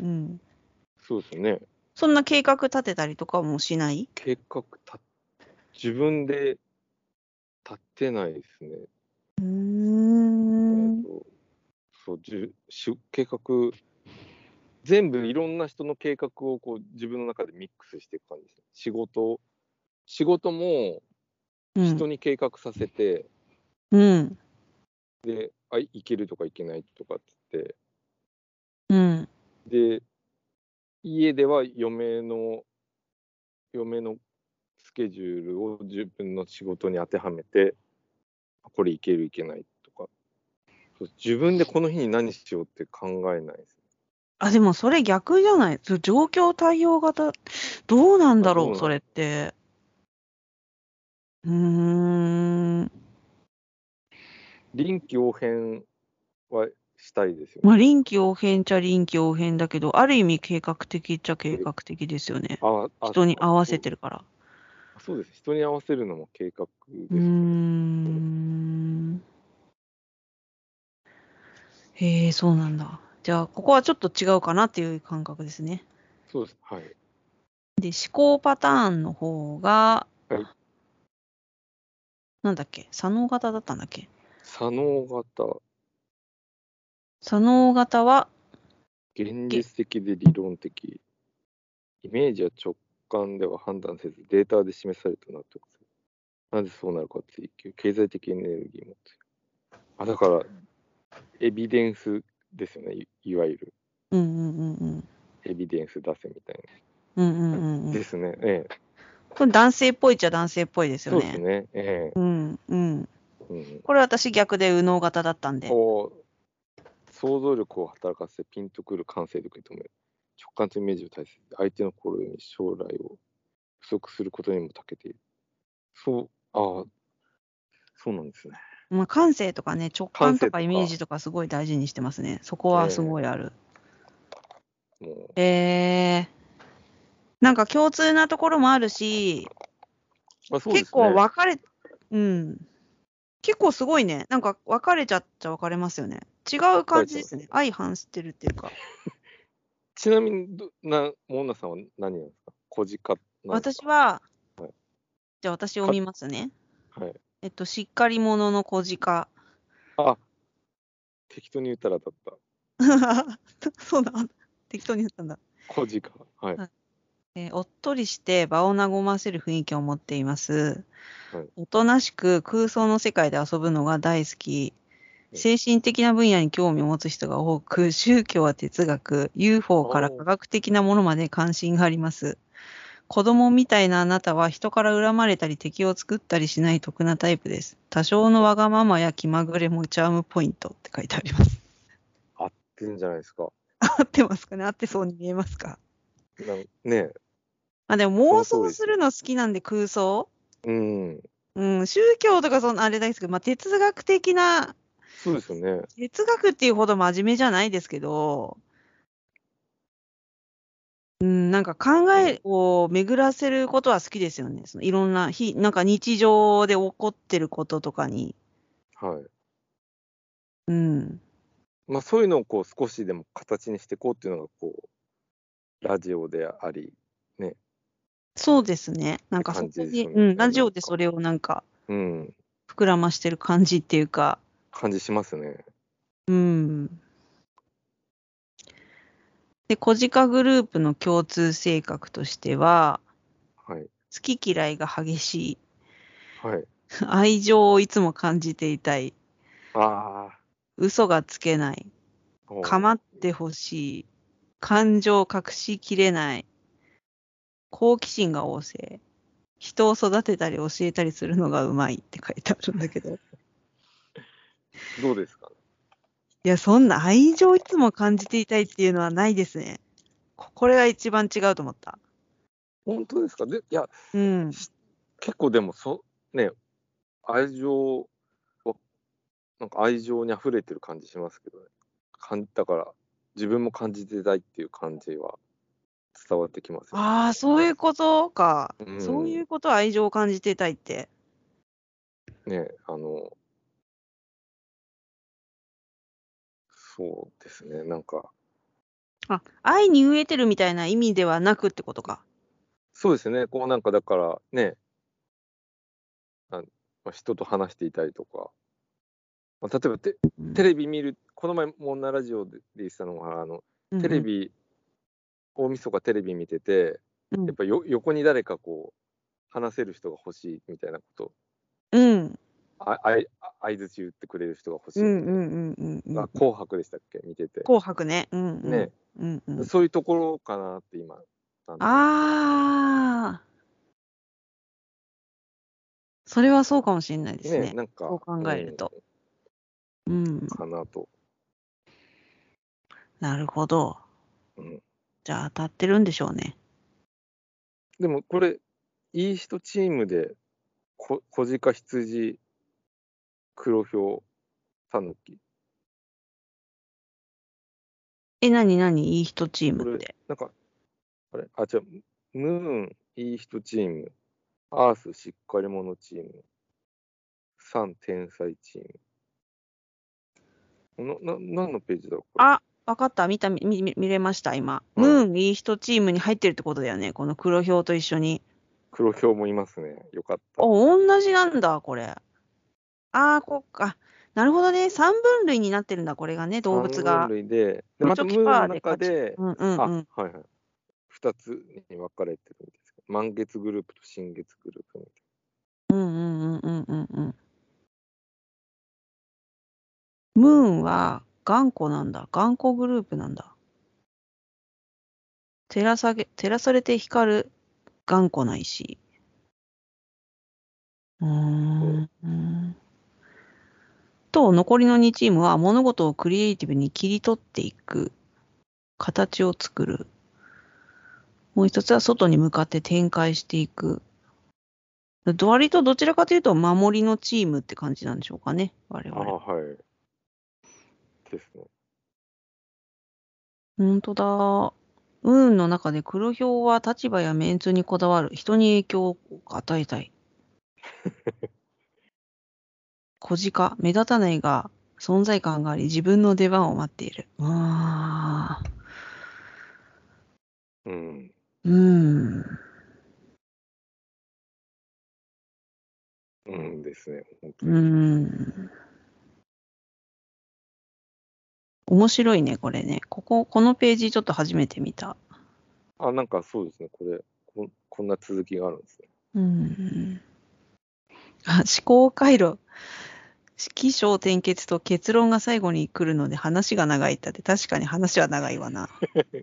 そうですよね。 そんな計画立てたりとかもしない？ 計画た、自分で立てないですね。 うーえっん。 と、そう、じゅし計画、全部いろんな人の計画をこう自分の中でミックスしていく感じですね。仕事、仕事もうん。 人に計画させて、 うん。 で、あ、いけるとかいけないとかっつって、 うん。 で、家では嫁の、嫁のスケジュールを自分の仕事に当てはめて、これいけるいけないとか、そう自分でこの日に何しようって考えないですね。 あ、でもそれ逆じゃない？そう状況対応型、どうなんあ、 だろう、それどうなの？ って。うーん。 臨機応変はしたいですよまあ、 ね。 臨機応変っちゃ臨機応変だけど、ある意味計画的っちゃ計え画的ですよね。 あ、あ、 人に合わそう、 せてるから。 そうです。人に合わせるのも計画うーですね。 ん。へえ、そうなんだ。じゃあ、ここはちょっと違うかなっていう感覚ですね。 そうです。はい。 で、思考パターンの方が、 はい。 なんだっけ、左脳型だったんだっけ。 左脳型、 左脳型は、 現げ、 実的で理論的、イメージや直感では判断せず、データで示された納得する。なぜそうなるか追求、経済的エネルギーもつあ、だから、エビデンスですよね。い、いわゆる、 うんうんうんうん。 エビデンス出せみたいうんうんうな。 んうん。 ですね。ええ。 これ男性っぽいっちゃ男性っぽいですよね。 そうですね。ええ。 うんうん。 うん。 これ私逆で右脳型だったんで。 こう、想像力を働かせ、ピンとくる感性力に止める。直感とイメージを大切に、相手の心に将来を不足することにも長けている。そう、ああ、そうなんですね。 まあ、感性とかね、直感感と性とか、 かイメージとかすごい大事にしてますね。そこはすごいえある。 えもえー、なんか共通なところもあるし、 う、あ、そうで結すね。 構分かれ、うん。結構すごいね。なんか分かれちゃっちゃ分かれますよね。違う書かれてます。 感じですね。相反してるっていうか。 ちなみにど、な、モーナさんは何なんですか？小鹿なんですか？ 私は、 はい。 じゃあ私読か、 みますね。 はい。 えっと、しっかり者の小鹿。 あ、適当に言ったら当たっそうだ。適当に言ったんだ。 た。小鹿。はい。 はい。えーおっとりして場を和ませる雰囲気を持っています。 はい。 おとなしく空想の世界で遊ぶのが大好き。 ね精神的な分野に興味を持つ人が多く、宗教は哲学、ユーフォー から科あ学的なものまで関心があります。子供みたいなあなたは人から恨まれたり敵を作ったりしない得なタイプです。多少のわがままや気まぐれもチャームポイントって書いてあります。 あ、合ってんじゃないですか。 合ってますかね？合ってそうに見えますか？ なんねえ、 あ、でもその妄想通りですよ。 するの好きなんで空想うん。 うん、宗教とかそんなあれですけど、まあ、哲学的な、 そうですよね。 哲学っていうほど真面目じゃないですけど、うん、なんか考うん。 えを巡らせることは好きですよね。そのいろんな、ひ、なんか日常で起こってることとかに。 はい。 うん。 まあそういうのをこう少しでも形にしていこうっていうのがこう、ラジオであり、ね、っそうですね。なんかそて感じこに、 ですよね。 うん、ラジなんか。 オでそれをなんかうん。 膨らましてる感じっていうか、 感じしますね。 うん。で、小鹿グループの共通性格としては、 はい。 好き嫌いが激しい。 はい。 愛情をいつも感じていたい。 あ嘘がつけない。 あ、ほ構ってほしい。感情を隠しきれない。好奇心が旺盛。人を育てたり教えたりするのがうまいって書いてあるんだけど。 う。どうですかね。 いや、そんな愛情をいつも感じていたいっていうのはないですね。ここれが一番違うと思った。 本当ですか。で、いや、 うん。 し結構でも、そ、ね、愛情は、なんか愛情に溢れてる感じしますけどね。かんだから、自分も感じてたいっていう感じは伝わってきますよね。 ああ、そういうことか。 うそういん。 うこと、愛情を感じていたいって。 ね、あの、そうですね。なんか、 あ、愛に飢えてるみたいな意味ではなくってことか。 そうですね。こうなんかだからね、あまあ、人と話していたりとか、まあ、例えばテテうん。 レビ見る、この前、モンナラジオでで言ってたのが、あの、 うんうん。 テレビ、大晦日テレビ見てて、 うん。 やっぱよ横に誰かこう、話せる人が欲しいみたいなこと、 うん。 ああい相槌打ってくれる人が欲うんうしいみたいんうんうんうな。あ、 ん。 紅白でしたっけ、見てて。 紅白ね。うんうん。 ね、 うんうん。 そういうところかなって今、なんとなく。 ああ、それはそうかもしれないですね、 ね。 なんか、 そう考うん、 えると。うん。 かなと。 なるほど。 うん。 じゃあ当たってるんでしょうね。 でもこれ、いい人チームで、こ小鹿、羊、黒ひょう、タヌキ。 え、なになにいい人チームこれ、 って。 なんか、あれあ、違う、ムーン、いい人チーム、アース、しっかり者チーム、サン、天才チーム。な、な、何のページだろう、これ。 あ、わかった。見た、見、見見れました、今。ムはい。 ーンいい人チームに入ってるってことだよね。この黒ひょうと一緒に。 黒ひょうもいますね。よかった。 お、同じなんだ、これ。ああ、こっか。なるほどね。三分類になってるんだ、これがね、動三分物が。 類で、で、 チョまたチョキパームーンので勝ち。 中で、 うんうんあ、 うん。 はいはい。二つに分かれてるみたいですけど、満月グループと新月グループみたいうんうんうんうんうんうん。ムーンは頑固なんだ。頑固グループなんだ。照らさげ、照らされて光る頑固な石。うーな。 ん。うんと、残りのにチームは物事をクリエイティブに切り取っていく。形を作る。もう一つは外に向かって展開していく。割とどちらかというと守りのチームって感じなんでしょうかね。我々。 ああ、はい。ですね。 本当だ。運の中で黒ひょうは立場やメンツにこだわる。人に影響を与えたい。小鹿、目立たないが存在感があり、自分の出番を待っている。ああ、 うん。 うーん。 うんですね。本うー当に。 ん。面白いね、これね。ここ、このページちょっと初めて見た。 あ、なんかそうですね。これ、こんこんな続きがあるんですね。 うーん。あ、思考回路。起承転結と結論が最後に来るので話が長いったって、確かに話は長いわな。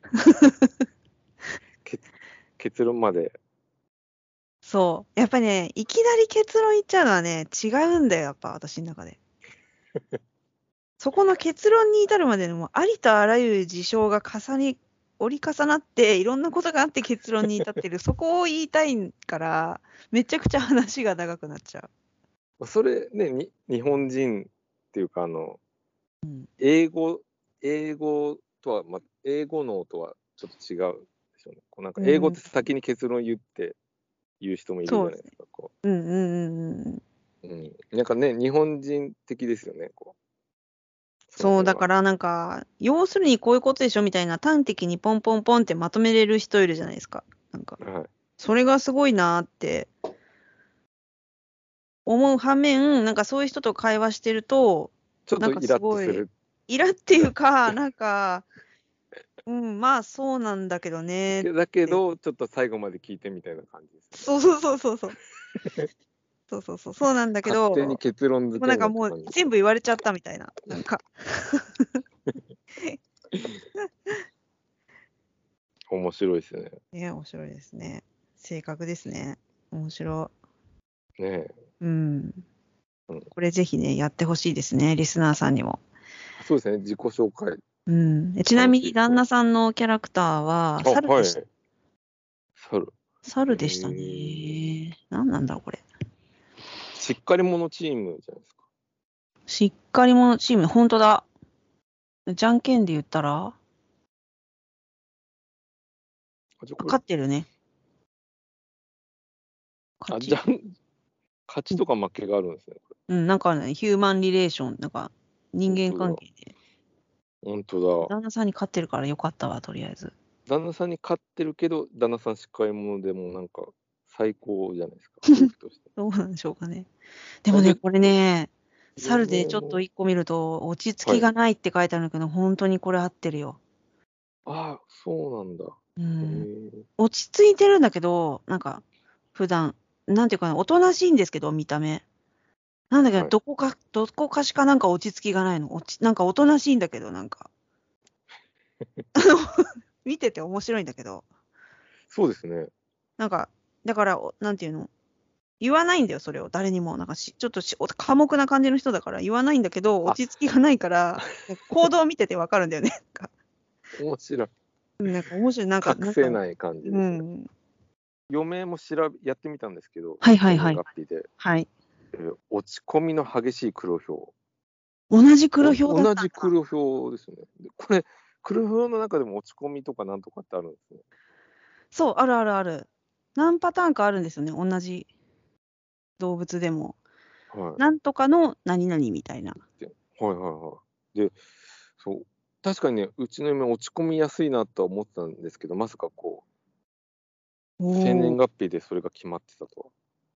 結結論まで。 そう。やっぱりね、いきなり結論言っちゃうのはね、違うんだよ、やっぱ私の中で。そこの結論に至るまでのもうありとあらゆる事象が重ね、折り重なって、いろんなことがあって結論に至ってる。そこを言いたいから、めちゃくちゃ話が長くなっちゃそれね、に日本人っていうか、あの、 う。うん。 英語、英語とは、ま、英語脳とはちょっと違うでしょうね。こうなんか英語ってうん、 先に結論言って言う人もいるじそうですね。 ゃないですか。こうんうんうんうん。 う、うん。なんかね、日本人的ですよね。こう、そのそう、 辺は。 だからなんか、要するにこういうことでしょみたいな端的にポンポンポンってまとめれる人いるじゃないですか。なんか、 はい。 それがすごいなーって思う反面、なんかそういう人と会話してると、なんかちょっとイラッとすごい、 する。 イラっていうか、なんか、 うん、まあそうなんだけどね。 だけど、ちょっと最後まで聞いてみたいな感じですそうそうそうそうそう。そうそうそう、そうなんだけど、 勝手に結論で付けんなってもなんかもう感じですね。 全部言われちゃったみたいな。なんか。 面白いですね。 ね、面白いですね。正確ですね。面白ねえ。 い。うん。 うん、 これぜひね、やってほしいですね、リスナーさんにも。 そうですね、自己紹介。 うん。ちなみに旦那さんのキャラクターは、 あ、 猿でした。 はい。猿。 猿でしたへえ。 ね。何なんだろう、これ。 しっかり者チームじゃないですか。 しっかり者チーム、本当だ。じゃんけんで言ったら、 あ、じゃこれ、 勝ってるね。 あ、 勝ち。 じゃん、勝ちとか負けがあるんですね。こうん、なんかね、ヒューマンリレーション、なんか人間本当だ。 関係で。 本当だ。 旦那さんに勝ってるからよかったわ、とりあえず。 旦那さんに勝ってるけど、旦那さんしっかり者でもなんか最高じゃないですか、夫婦として。 どうなんでしょうかね。であ、 もね、 で、 これね、猿で嫁も、 ちょっと一個見ると、落ち着はい。 きがないって書いてあるんだけど、本当にこれ合ってるよ。 ああ、そうなんだ。 うへん。 え。 落ち着いてるんだけど、なんか、普段、なんていうかな、おとなしいんですけど、見た目。なんだけど、 はい。 どこか、どこかしかなんか落ち着きがないの。落ち、なんかおとなしいんだけど、なんか。あの、見てて面白いんだけど、 そうですね。 なんか、だから、おなんていうの、言わないんだよ、それを。誰にも。なんかし、ちょっとし、お寡黙な感じの人だから言わないんだけど、 あ、 落ち着きがないから、なんか行動を見ててわかるんだよね。なんか、 面白い。 うんなんか面白い。なんか、なんか、 隠せない感じですね。 うん。 嫁も調べ、やってみたんですけど、生年はいはいはい。 月日で、 はい。 えー落ち込みの激しい黒ひょ同じ黒う。 豹だっお同たんだ。 じ黒ひょうですね。でこれ、黒ひょうの中でも落ち込みとかなんとかってあるんですね。 そう、あるあるある。何パターンかあるんですよね。同じ動物でも。 はなんとかの何々みたいな。 い。で、はいはいはい。で、そう、確かにね、うちの嫁落ち込みやすいなとは思ってたんですけど、まさかこう、生おー。 年月日でそれが決まってたとは。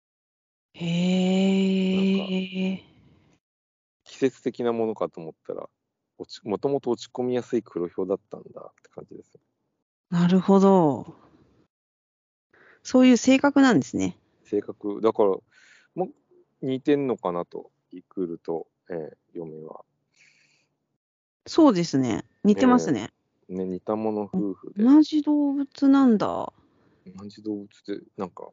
なんか、 へえ。 季節的なものかと思ったら、落ちもともと落ち込みやすい黒ひょうだったんだって感じですね。 なるほど。そういう性格なんですね。 性格、だから、も似てんのかなと、イクルと、えー嫁は。 そうですね。似てますねね。 え、ね、似た者夫婦で、 同じ動物なんだ。 同じ動物で、なんか、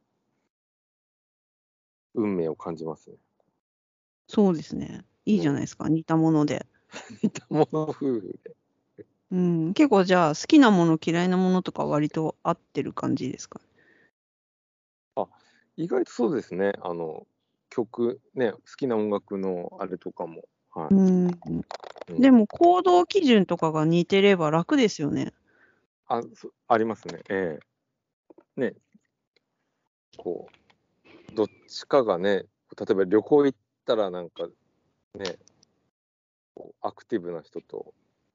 運命を感じますね。 そうですね。いいじゃないでねすか。似たもので。 え、似た者夫婦で。 うん。結構じゃあ、好きなもの、嫌いなものとか割と合ってる感じですか？ あ、意外とそうですね。あの、曲、ね、好きな音楽のあれとかも、はうん。 い。うん、 でも、行動基準とかが似てれば楽ですよね。 あ、そありますね。ええね、こう、どっちかがね、例えば旅行行ったらなんかね、こうアクティブな人と、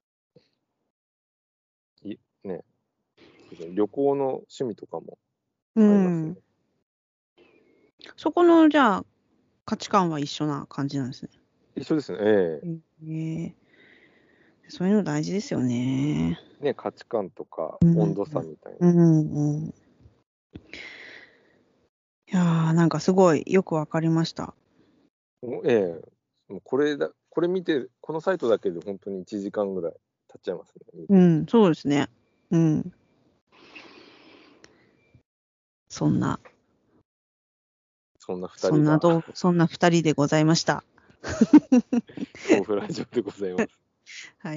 いね、旅行の趣味とかもうありますね。 ん。そこの、じゃあ、価値観は一緒な感じなんですね。 一緒ですね。えうんえーそういうの大事ですよね。 えね、価値観とかうん。 温度差みたいうん。うん。いやー、なんかすごいよくわかりました。 な。もうええもうこれだ、これ見て、このサイトだけで本当にいちじかんぐらい経っちゃいますね。見てると。 うん、そうですね。うん。そんな、 そんな二そんな人が、 どう、そんな二人でございました。 豆腐ラジオでございます。 はい。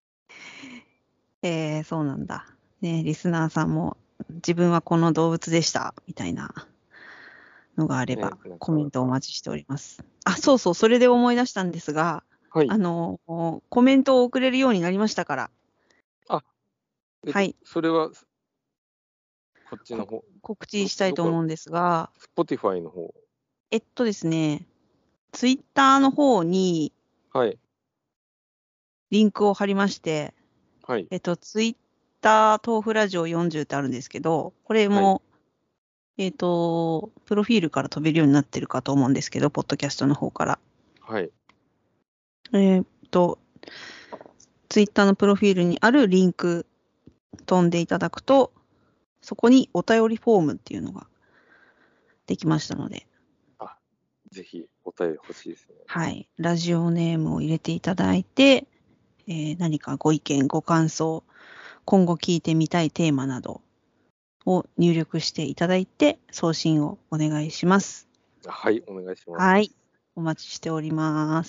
えー、そうなんだ。ね、リスナーさんも自分はこの動物でした、みたいなのがあれね、 ばなコメントおかなか。 待ちしております。あ、そうそう、それで思い出したんですが、 はい。 あの、コメントを送れるようになりましたから、 あ、えっと、 はい、 それは、こっちのこ方、 告知ど、 したいどこか、 と思うんですが、 Spotify の方。 えっとですね、ツイッターの方にはい。 リンクを貼りまして、 はい。 えっと、ツイッター豆腐ラジオよんじゅうってあるんですけど、これはい。 も、えっと、プロフィールから飛べるようになってるかと思うんですけど、ポッドキャストの方から。 はい。 えっと、ツイッターのプロフィールにあるリンク飛んでいただくと、そこにお便りフォームっていうのができましたので、 あ、ぜひお便り欲しいですね。 はい。ラジオネームを入れていただいて、えー何かご意見、ご感想、今後聞いてみたいテーマなどを入力していただいて、送信をお願いします。 はい、お願いします。 はい。お待ちしております。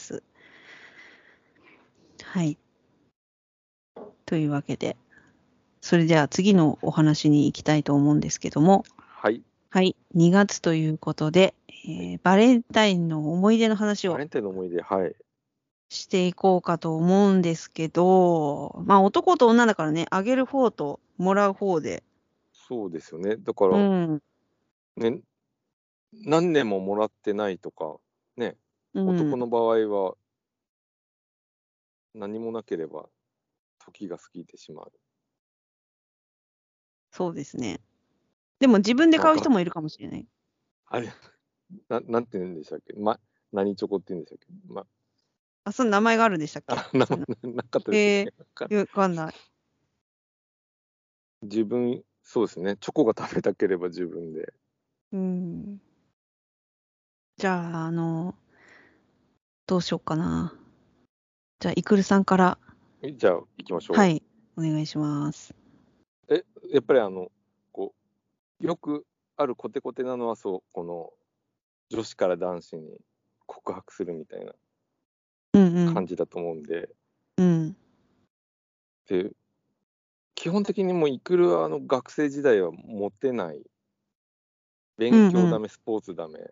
はい。というわけで、それでは次のお話に行きたいと思うんですけども、 はい。 はい。にがつということで、えーバレンタインの思い出の話をバレンタインの思い出、はい。 していこうかと思うんですけど、まあ男と女だからね、あげる方ともらう方で、 そうですよね。だから、 うん、 ね、何年ももらってないとか、ね、 うん、 男の場合は何もなければ時が過ぎてしまう。 そうですね。でも自分でなんか、 買う人もいるかもしれない。 あれ、ななんて言うんでしたっけ、ま、何チョコって言うんでしたっけ、ま、 あ、その名前があるんでしたっけあ、なそういうの。 ななかったでしたっえけ？なんか、 ー、わかんない。 自分そうですね、チョコが食べたければ自分で。 うん。じゃあ、あの、どうしようかな。じゃあ、イクルさんから、 え、じゃあ行きましょはい、お願いします。 う。え、やっぱりあの、こう、よくあるコテコテなのは、そう、この女子から男子に告白するみたいなうんうん、 感じだと思うんで、 うん、 で、基本的にもうイクルはあの学生時代はモテない、勉うんうん、 強ダメ、スポーツダメ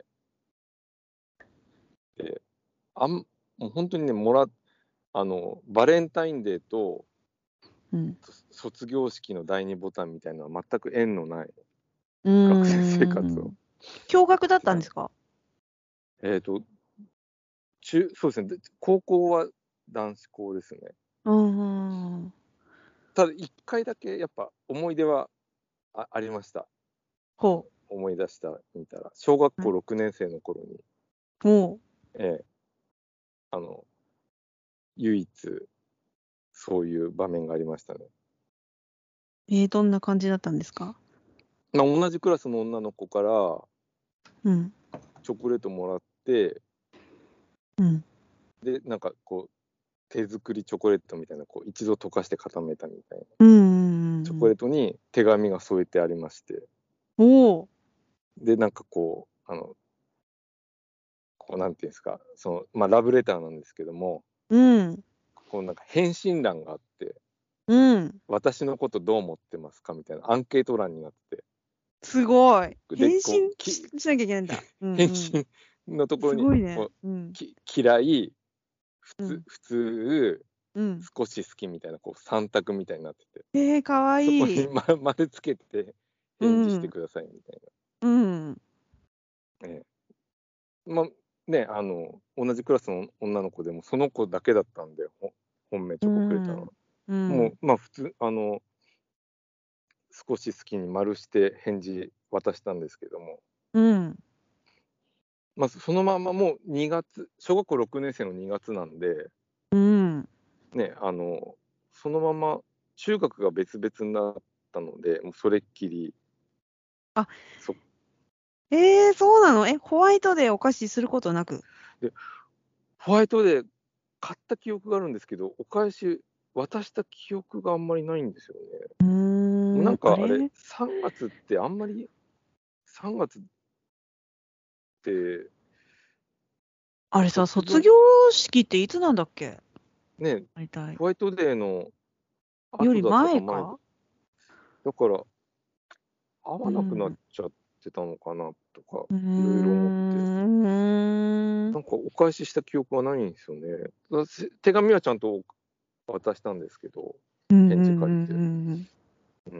で、あんもう本当にね、もらあの、バレンタインデーとうん。 そ卒業式の第二ボタンみたいなのは全く縁のないうー学生生活をん。共学だっ送ってたの。 たんですか？ えっと、中そうですね、で高校は男子校ですね。 うーん。 ただいっかいだけやっぱ思い出はあありました。あの、 ほ思い出したみたら、小学う。はい。 校ろくねん生の頃に、 ほう。 ええ、あの、唯一そういう場面がありましたね。 えー、どんな感じだったんですか？ まあ、同じクラスの女の子からうん、 チョコレートもらって、 うん。 で、なんかこう、手作りチョコレートみたいな、こう一度溶かして固めたみたいな、 うんうんうんうん。 チョコレートに手紙が添えてありまして、 おお。 で、なんかこう、あの、こうなんていうんですか、その、まあ、ラブレターなんですけども、 うん、 こうなんか返信欄があって、 うん。 私のことどう思ってますかみたいなアンケート欄になってすごい。 て、で、 返こう、 信しきしなきゃいけないんだ。うんうん。 返信のところすに、 ごいね。 こう、 うん。 き嫌い、普通、 うん。 普通、 うん。 少し好きみたいな、こうさん択みたいになってて、 えー、かわそこに、 いい。 ま、丸つけてう返事してん。 くださいみたいうん。 な。ええ。ま、ね、あの、同じクラスの女の子でもその子だけだったんで、ほ本命うチョコくれたのは。 ん。うん。 もう、ま、普通、あの、少し好きに丸して返事渡したんですけども、 うん。 ま、そのままもうにがつ、小学校ろくねん生のにがつなんで、 うん。 ね、あの、そのまま中学が別々になったので、もうそれっきり、 あ、 そえー、そうなの？え、ホワイトデーお菓子することなく？ で、ホワイトデー買った記憶があるんですけど、お返し渡した記憶があんまりないんですよね。 うーもうなん、 んかあれ、 あれさんがつってあんまりさんがつって、 あれさ、 卒業卒業式っていつなんだっけ？ ね、 大体。 ホワイトデーのより後だったか前だ前か？ だから会わなくなっうん。 ちゃってたのかなとか、 うーいろいろ思って、 ん。 なんかお返しした記憶はないんですよね。だせ手紙はちゃんと渡したんですけど、 うんうんう返事書いて。 んうん。 うん。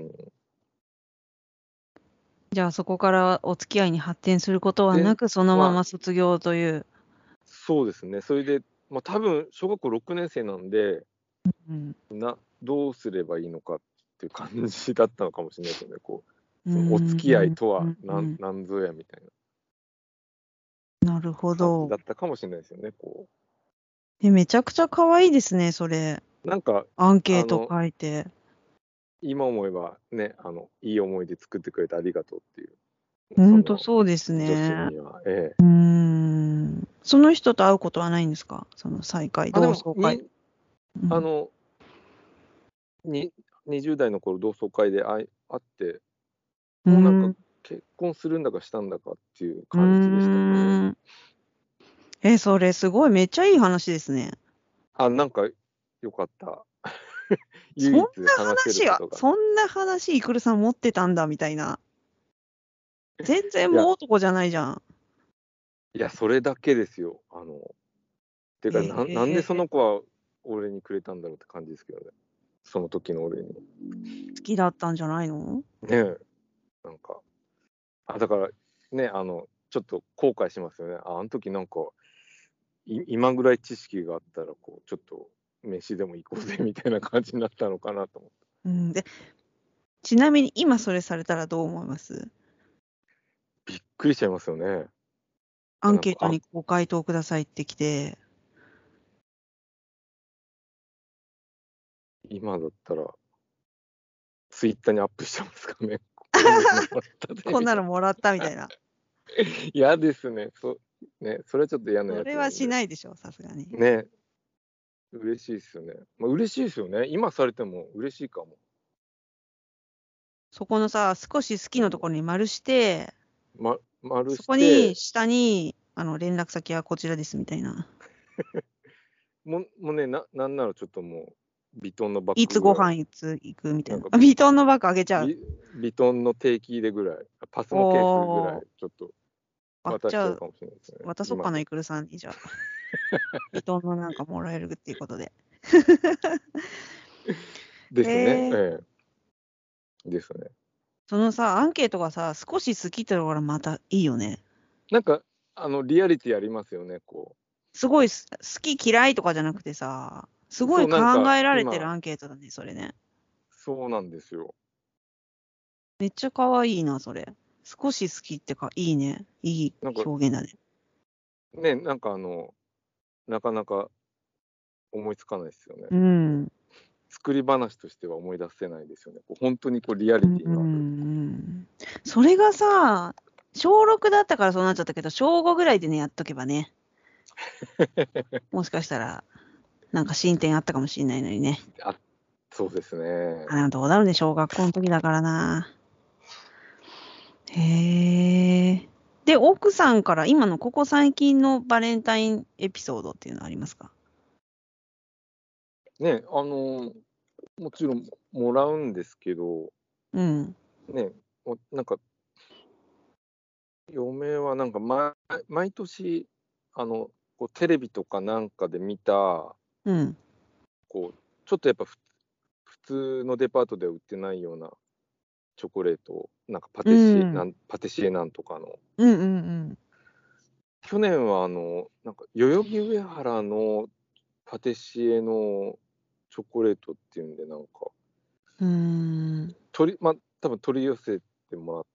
じゃあそこからお付き合いに発展することはなで、 く、そのままあ、 ま卒業という。 そうですね。それで、ま、多分小学校ろくねん生なんで、 うん。 などうすればいいのかっていう感じだったのかもしれないですよね。こう、 うーそのお付き合いん。 とはうんうん。 なんなんぞやみたいななるほど。 感じだったかもしれないですよね。こえ、めちゃくちゃ可愛いですね、それ。 う、なんか、 アンケートあの、 書いて。 今思えばね、あの、いい思い出作ってくれてありがとうっていう、 本当そのそうです女子ね。 には、ええ。 うーん。その人と会うことはないんですか？その再会、 あ、でも、 同窓会。 に、 うん。 あの、に、にじゅう代の頃同窓会で会い会って、 うーもうなんかん。 結婚するんだかしたんだかっていうう感じでしたけどね。 ーん。え、それすごいめっちゃいい話ですね。 あ、なんか良かった。 そんな唯一話せる話は、 ことが。 そんな話イクルさん持ってたんだみたいな。全然いや、 もう男じゃないじゃん。 いや、それだけですよ。あの、てか、ななんでそええ、 の子は俺にくれたんだろうって感じですけどね。その時の俺に。 好きだったんじゃないの？ ねえ、なんか。あ、だから、ね、あの、ちょっと後悔しますよね。あ、あの時なんか、い今ぐらい知識があったら、こう、ちょっと飯でも行こうぜみたいな感じになったのかなと思って。 うん、で、ちなみに今それされたらどう思います？ びっくりしちゃいますよね。 アンケーなんか、あ、 トにご回答くださいって来て、 今だったら、ツイッターにアップしてますかね。こんなのもらったぜこんみたいな。 なのもらったみたいな。 嫌ですね。そ、ね、それはちょっと嫌なそれはしやつなんで。 ないでしょ、さすがに。 ね、嬉しいですよね。まあ、嬉しいですよね。今されても嬉しいかも。 そこのさ、少し好きのとうん。 ころに丸して、 ま、丸そして、 こに下に、あの、連絡先はこちらですみたいな。 もう、もうね、な、なんならちょっともう、ビトンのバッいつごグぐらい、 飯いつ行くみたいな。 なんか、 あ、ビトンのバッグあげちゃう。 ビ、ビトンの定期入れぐらい、パスモケースぐらい、 おー。 ちょっとあ、じゃあ、 渡しちゃうかもしれないですね。 渡そうかな、 今だ。 イクルさんに。じゃあ、ビトンのなんかもらえるっていうことで。 ですね。 えー、 ええ。ですね。 そのさ、アンケートがさ、少し好きってところがまたいいよね。 なんか、あの、リアリティありますよね、こすごいす好き嫌いとかじゃなくてさ、すう。そう、 ごい考なんか、 えられてる今、 アンケートだね、それね。 そうなんですよ。 めっちゃ可愛いな、それ。少し好きってか、いいね。いいなんか、 表現だね。 ね、なんかあの、なかなか思いつかないですよね。 うん。 作り話としては思い出せないですよね。こう本当にこうリアうん、うリティのある。 ん。それがさ、小ろくだったからそうなっちゃったけど、小ごぐらいでね、やっとけばね。もしかしたら、なんか進展あったかもしれないのにね。 あ、そうですね。 あ、どうだろうね、小学校の時だからな。へえ。で、奥さんから今のここ最近のバレンタインエピソードっていうのはありますか？ ね、あの、もちろんもらうんですけど、 うん。 ね、おなんか、嫁はなんか、ま、毎年、あの、こうテレビとかなんかで見た、 うん。 こう、ちょっとやっぱふ普通のデパートでは売ってないようなチョコレートを、なんかパうティシエ、なん。 んパティシエなんとかの。 うんうんうん。 去年はあの、なんか代々木上原のパティシエのチョコレートっていうんで、なんか、 うーん。 取りま、多分取り寄せてもらって、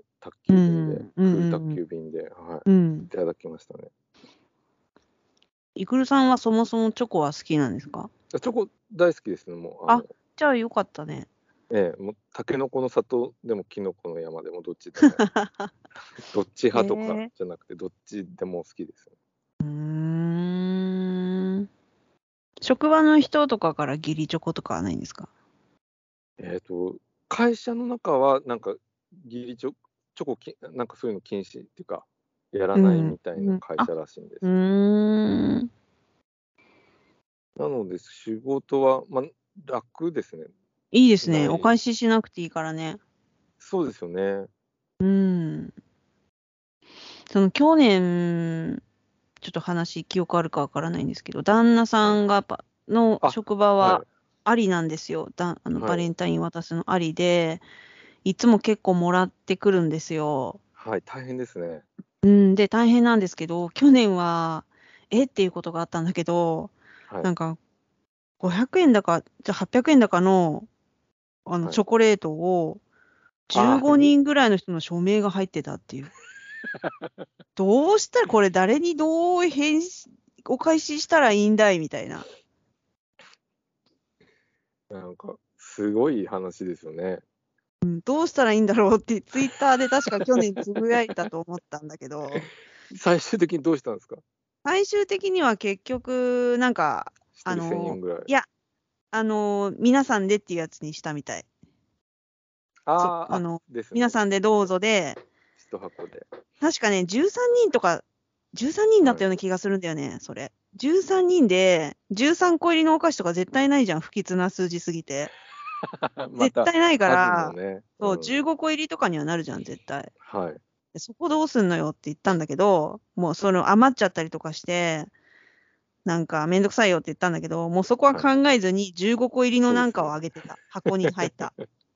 宅う急便で、 ん。うんフル宅うんうん。 急便で、はうん。 い、いただきましたね。 イクルさんはそもそもチョコは好きなんですか？ チョコ大好きですね、もう、ああ、 の、 じゃあよかったね。 ええ、もうタケノコの里でもキノコの山でもどっちでも、どっちへ派とかえ。 じゃなくて、どっちでも好きですよ。 うーん。職場の人とかから義理チョコとかはないんですか？ えっと、会社の中はなんか、義理チョチョコきなんかそういうの禁止っていうか、やらうん。 ないみたいなうん。あ、 会社らしいんでうす。 ーん。 なので、仕事は、ま、楽ですね。 いいですね。おない。 返ししなくていいからね。 そうですよね。 うん。その去年、ちょっと話、記憶あるかわからないんですけど、旦那さはい。 んがやっぱのあ、 職場ははい、 ありなんですよ。だ、あの、 はい、 バレンタイン渡すのありで、いつも結構もらってくるんですよ。 はい、大変ですね。 うん、で、大変なんですけど、去年は、えっていうことがあったんだけど、 はい、 なんか、ごひゃくえんだか、じゃはっぴゃくえんだかの、あの、 はい。 チョコレートを、15 ああ、み人ぐらいの人の署名が入ってたっていう。どうしたらこれ誰にどう返し、お返ししたらいいんだいみたいな。 なんか、 すごい話ですよね。 うん、どうしたらいいんだろうって、ツイッターで確か去年つぶやいたと思ったんだけど、 最終的にどうしたんですか？ 最終的には結局、なんか、あ一人せんえの、 んぐらい。 いや、あの、皆さんでっていうやつにしたみたい。そああ、あ、 あの、 ですね。 皆さんでどうぞで、 一箱で。 確かね、じゅうさんにんとか、じゅうさんにんだっはい。 たような気がするんだよね、それ。じゅうさんにんで、じゅうさんこ入りのお菓子とか絶対ないじゃん、不吉な数字すぎて。 ま絶た、 対ないか数もら、 ね。 そう、 うん。 じゅうごこ入りとかにはなるじゃん、絶対。 はい。 でそこどうすんのよって言ったんだけど、もうその余っちゃったりとかして、なんかめんどくさいよって言ったんだけど、もうそこははい。 考えずにじゅうごこ入りのなんかをそうですね。 あげてた。箱に入った。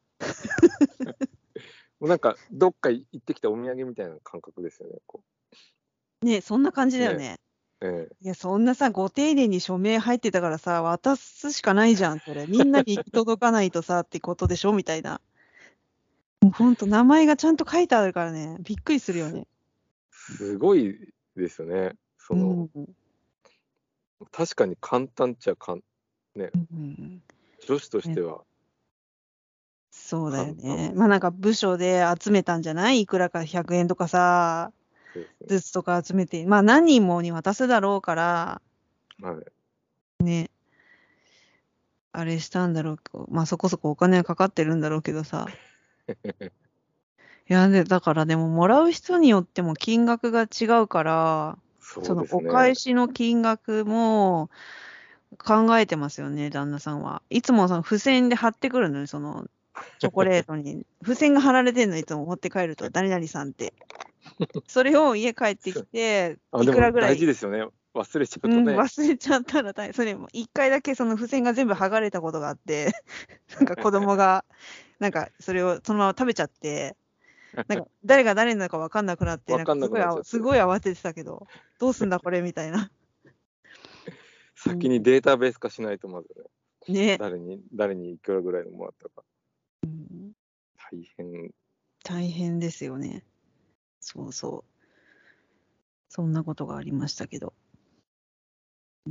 もうなんか、どっか行ってきたお土産みたいな感覚ですよね。こね、そんな感じうねだよね。 え。えいや、そんなさ、ご丁寧に署名入ってたからさ、渡すしかないじゃん、それ。みんなに行き届かないとさ、ってことでしょみたいな。もうほんと、名前がちゃんと書いてあるからね、びっくりするよね。 す、すごいですよね。その、 うん。 確かに簡単っちゃかん、ね、 うん女子としねてはそうだよ簡単ね。 です。 まあなんか部署で集めたんじゃないいくらかひゃくえんとかさ、 そうですね。 ずつとか集めて、まあ何人もに渡すだろうから、 はい。 ね、あれしたんだろうけど、まあそこそこお金はかかってるんだろうけどさ。いや、で、だからでももらう人によっても金額が違うから、 そうそのおですね。 返しの金額も考えてますよね、旦那さんは。いつもその付箋で貼ってくるのよ、そのチョコレートに。付箋が貼られてんの、いつも持って帰ると、誰々さんって。それを家帰ってきて、 あ、 いでも大事くらぐらい、 ですよね。忘れちゃううん、 とね。 忘れちゃったら大変。それも、一回だけその付箋が全部剥がれたことがあって、なんか子供が、なんかそれをそのまま食べちゃって、なんか誰が誰なのか分かんなくなって、 わかんななんかすごいあわ、 くなっちゃって。 すごい慌ててたけど、どうすんだこれみたいな。うん、 先にデータベース化しないとまずね。 ね。 誰に、誰にいくらぐらいのもらったか。 うん、 大変。 大変ですよね。そうそう。そんなことがありましたけど。うん、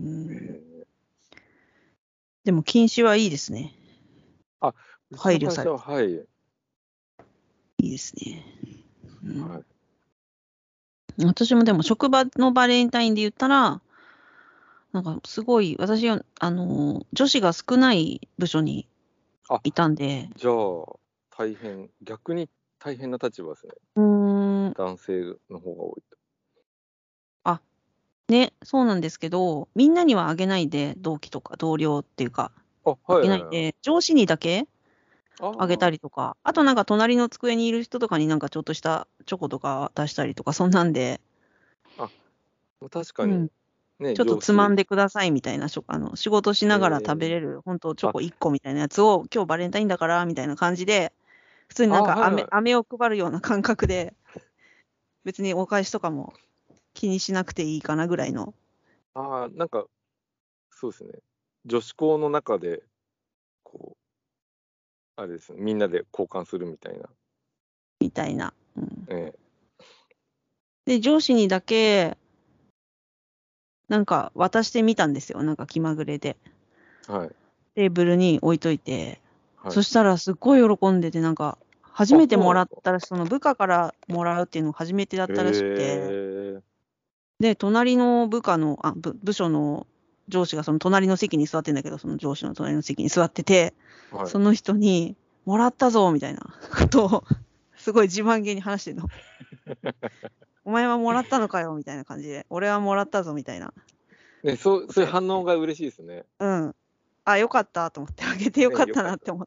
えでも禁止はいいですね。 ーあ、うちの会社は、 配慮されて。 はい。 いいですね。うん、 はい。 私もでも職場のバレンタインで言ったら、なんかすごい、私は、あの、女子が少ない部署にあ、 いたんで、 じゃあ、大変、逆に大変な立場ですね。 うーん、 男性の方が多いあ、ね、そうなんですけど、みんなにはあげないで、同期とか同僚っていうか、 と。あ、 あはいはいはい。 げないで、上司にだけああげたあ、 りとか、あとなんか隣の机にいる人とかになんかちょっとしたチョコとか渡したりとか、そんなんで、 あ、確かに、 うん、 ね、 ちょっとつまん上司、 でくださいみたいな、しょあの、仕事しながら食べええれる、本当チョあ、 コいっこみたいなやつを、今日バレンタインだから、みたいな感じで、普通になんあ、 か飴、 はいはい。 飴を配るような感覚で、別にお返しとかも気にしなくていいかなぐらいの、 ああ、なんか、そうですね。女子校の中で、こう、あれですね、みんなで交換するみたいな。 みたいな。うん、 ええで、上司にだけ、なんか渡してみたんですよ。なんか気まぐれで。 はい、 テーブルに置いといて。 はい。 そしたらすっごい喜んでて、なんか、初あ、 めてもそうなんですか。 らったら、その部下からもらうっていうのが初めてだったらしくて、 へえ、 で、隣の部下の、あ、部、部署の上司がその隣の席に座ってんだけど、その上司の隣の席に座ってて、 はい。 その人に、もらったぞみたいなことを、すごい自慢げに話してんの。お前はもらったのかよみたいな感じで、俺はもらったぞみたいなね、そうこそういうとやってて。 反応が嬉しいですね。 うん。あ、よかったと思って、あげてよかね、 ったなよかった。 って思って。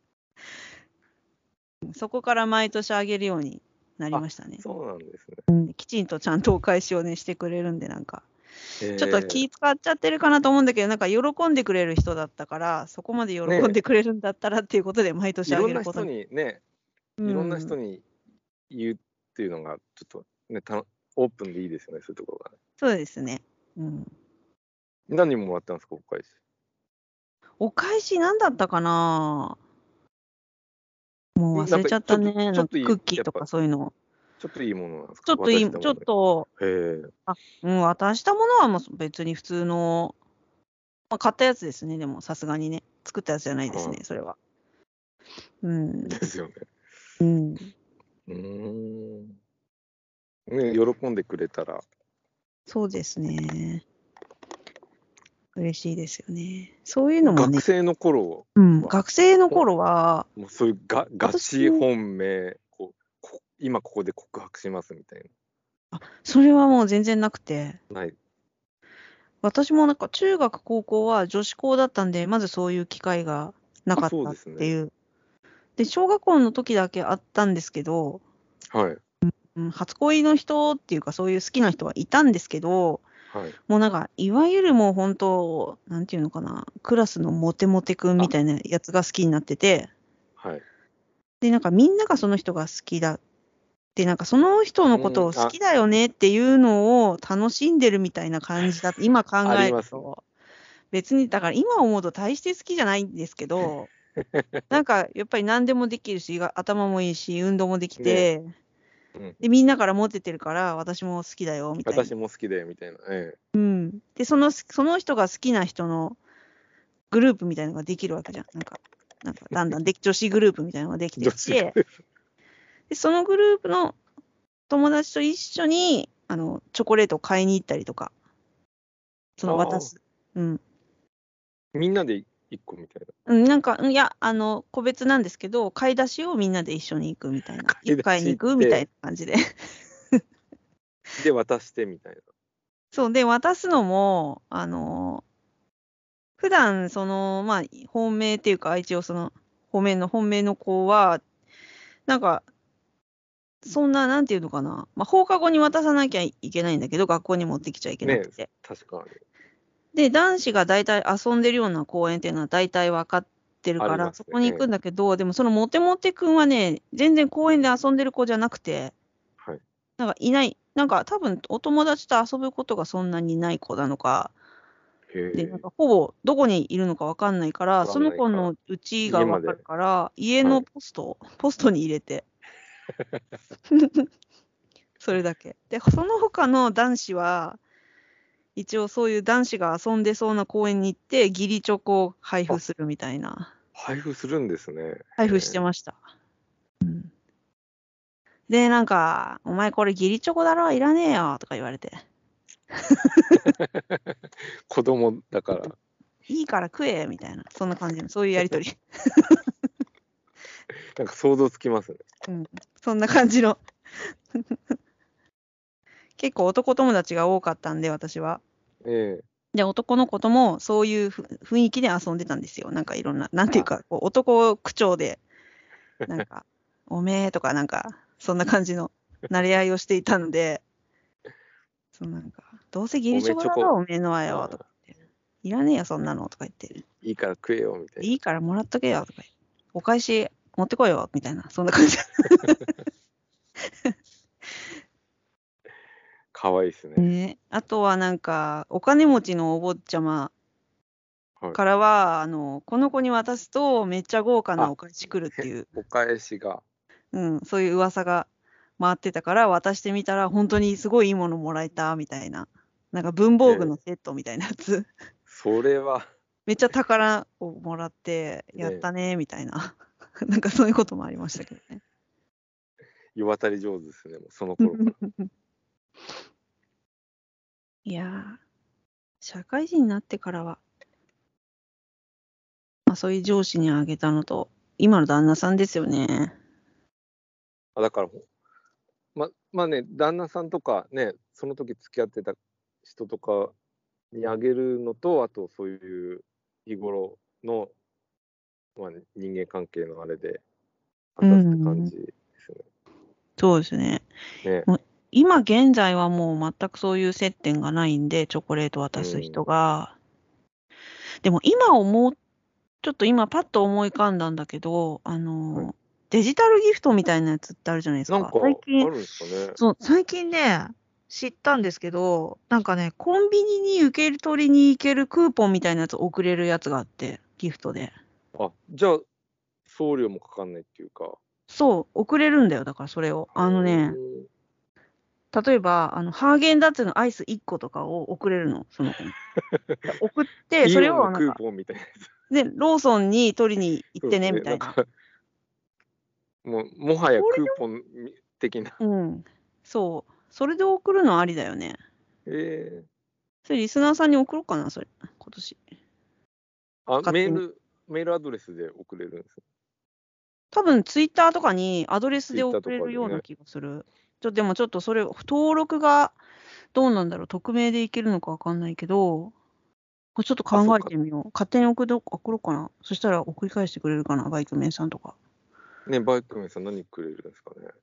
そこから毎年あげるようになりあ、 ましたね。 そうなんですね。 うん、きちんとちゃんとお返しをね、してくれるんで、なんか、ちょっとえ気使っちゃってるかなと思うんだけど、なんか喜んでくれる人だったから、そこまでえ、ね喜んでくれるんだったらっていうことで毎え、い年あろんな人げることに。 にね、 ういろんな人ん。 に言うっていうのが、ちょっとね、たオープンでいいですよね、そういうところがね。 そうですね。うん。 何人もらったんですか、お返し。 お返し何だったかなもういなんか、 忘れちゃっちょっと、 たね。なんかちょっといい、 クッキーとやっぱ、 かそういうの。 ちょっといいものなんですか、 ちょっといい、ちょっ渡したもの。 と、 へえ。 あ、うん、渡したものはもう別に普通の、まあ、買ったやつですね。でもさすがにね。作ったやつじゃないですね、 はい。 それは。 うん。 ですよね。 うん。 うーん。ね、喜んでくれたら。 そうですね。嬉しいですよね。そういうのもね、 学生の頃うん、 は、 学生のほ頃は、 もうそういうがガチ私も、 本命、こうこ今ここで告白しますみたいあ、それはもう全然なくて、 な。ない。 私もなんか中学、高校は女子校だったんで、まずそういう機会がなあ、 かったっそうですね。 ていう。で、小学校の時だけあったんですけど、 はい。 うん、初恋の人っていうかそういう好きな人はいたんですけど、 はい。 もうなんか、いわゆるもう本当、なんていうのかな、クラスのモテモテくんみあ、 たいなやつが好きになってて、 はい。 で、なんかみんながその人が好きだって、なんかその人のことうん、あ、 を好きだよねっていうのを楽しんでるみたいな感じだって、今考えるありますね。 と、別に、だから今思うと大して好きじゃないんですけど、なんかやっぱり何でもできるし、が頭もいいし、運動もできね。 て、 うん。 で、みんなからモテてるから私も好きだよみたいな。 私も好きだよみたいな。えうん。で、その、その人が好きな人のグループみたいなのができるわけじゃん。なんか、なんかだんだんで女子グループみたいなのができえ。 て女子グきて、 ループ。 で、そのグループの友達と一緒に、あの、チョコレートを買いに行ったりとか、その渡ああ、 す。うん。 みんなで一個みたいな。 うん、なんか、いや、あの、個別なんですけど、買い出しをみんなで一緒に行くみたいな。 買い出し買いに行くみたい行って、 な感じで。 で、渡してみたいな。 そう。で、渡すのも、あの、普段、その、まあ、本命っていうか、一応その、本命の、本命の子は、なんか、そんな、なんていうのかな。まあ、放課後に渡さなきゃいけないんだけど、学校に持ってきちゃいけなねえ、 くて。 確かに。 で、男子が大体遊んでるような公園っていうのは大体分かってるから、 ありますね。 そこに行くええ。 んだけど、でもそのモテモテくんはね、全然公園で遊んでる子じゃなくて、 はい。 なんかいない、なんか多分お友達と遊ぶことがそんなにない子なのか、 へで、なんえ。 かほぼどこにいるのか分かんないから、 わかそのんないから。 子のうちが家まで。 分かるから、家のはい。 ポスト、ポストに入れて、それだけ。で、その他の男子は、一応そういう男子が遊んでそうな公園に行って、義理チョコを配布あ、 するみたいな。 配布するんですね。へ配布してえ。 ました。うん。で、なんか、お前これ義理チョコだろいらねえよとか言われて。 子供だから。 いいから食えみたいな。そんな感じの、そういうやりとり。 なんか想像つきますね。 うん。そんな感じの。結構男友達が多かったんで、私は。 ええ。 で、男の子ともそういうふ雰囲気で遊んでたんですよ。なんかいろんな、なんていうあ、 か、こう男口調で、なんか、おめえとかなんか、そんな感じの、馴れ合いをしていたので、そうなんか、どうせ義お理チョコだろ、 めチョコ、 おめえのはよ、とあ、 か言って。いらねえよ、そんなの、とか言って。 いいいから食えよ、みたいな。 いいからもらっとけよ、とか言って。お返し持ってこいよ、みたいな、そんな感じ。 かわいいですね。 ね、あとはなんか、お金持ちのお坊ちゃまはい。 からは、あの、この子に渡すとめっちゃ豪華なあ、 お返し来るっていう、 お返しが。 うん、そういう噂が回ってたから渡してみたら、本当にすごいいいものもらえた、みたいな。なんか文房具のええ。 セットみたいなやつ。 それは、 めっちゃ宝をもらって、やっね、 たね、みたいな。なんかそういうこともありましたけどね。 世渡り上手ですね、もうその頃から。 いやー、社会人になってからは、まあそういう上司にあげたのと、今の旦那さんですよね。 あ、だから、ま、まあね、旦那さんとかね、その時付き合ってた人とかにあげるのと、あとそういう日頃の、まあ、人間関係のあれでう渡すって感ん、 じですよそうですね。 ね。 もう今現在はもう全くそういう接点がないんで、チョコレートう渡す人ん。 が。でも今思う、ちょっと今パッと思い浮かんだんだけど、あはい。 の、デジタルギフトみたいなやつってあるじゃないですか。 なんか最近、 あるんですかね。 そう、最近ね、知ったんですけど、なんかね、コンビニに受け取りに行けるクーポンみたいなやつ送れるやつがあって、ギフトで。 あ、じゃあ、送料もかかんないっていうか。 そう、送れるんだよ、だからそれを。 へあのね、 え。 例えば、あの、ハーゲンダッツのアイスいっことかを送れるの、その子に。送って、それイオンのをなんか、 クーポンみたいなやつ。 で、ローソンに取りに行ってね、 そうですね。 みたいな。 なんか、 もう、もはやこれクーポン的な。 うん。そう。それで送るのありだよね。 えー、 それリスナーさんに送ろうかな、それ。今年。 あ、 勝手に。 メール、メールアドレスで送れるんですよ。 多分ツイッターとかにアドレスで Twitter 送れとかでね。 るような気がする。ちょでもちょっとそれ、登録がどうなんだろう。匿名でいけるのかわかんないけど、これちょっとあ、そっ考えか。 てみよう。勝手に送ろう送ろうかな。そしたら送り返してくれるかな、バイクメンさんとか。 ね、バイクメンさん何くれるんですかね。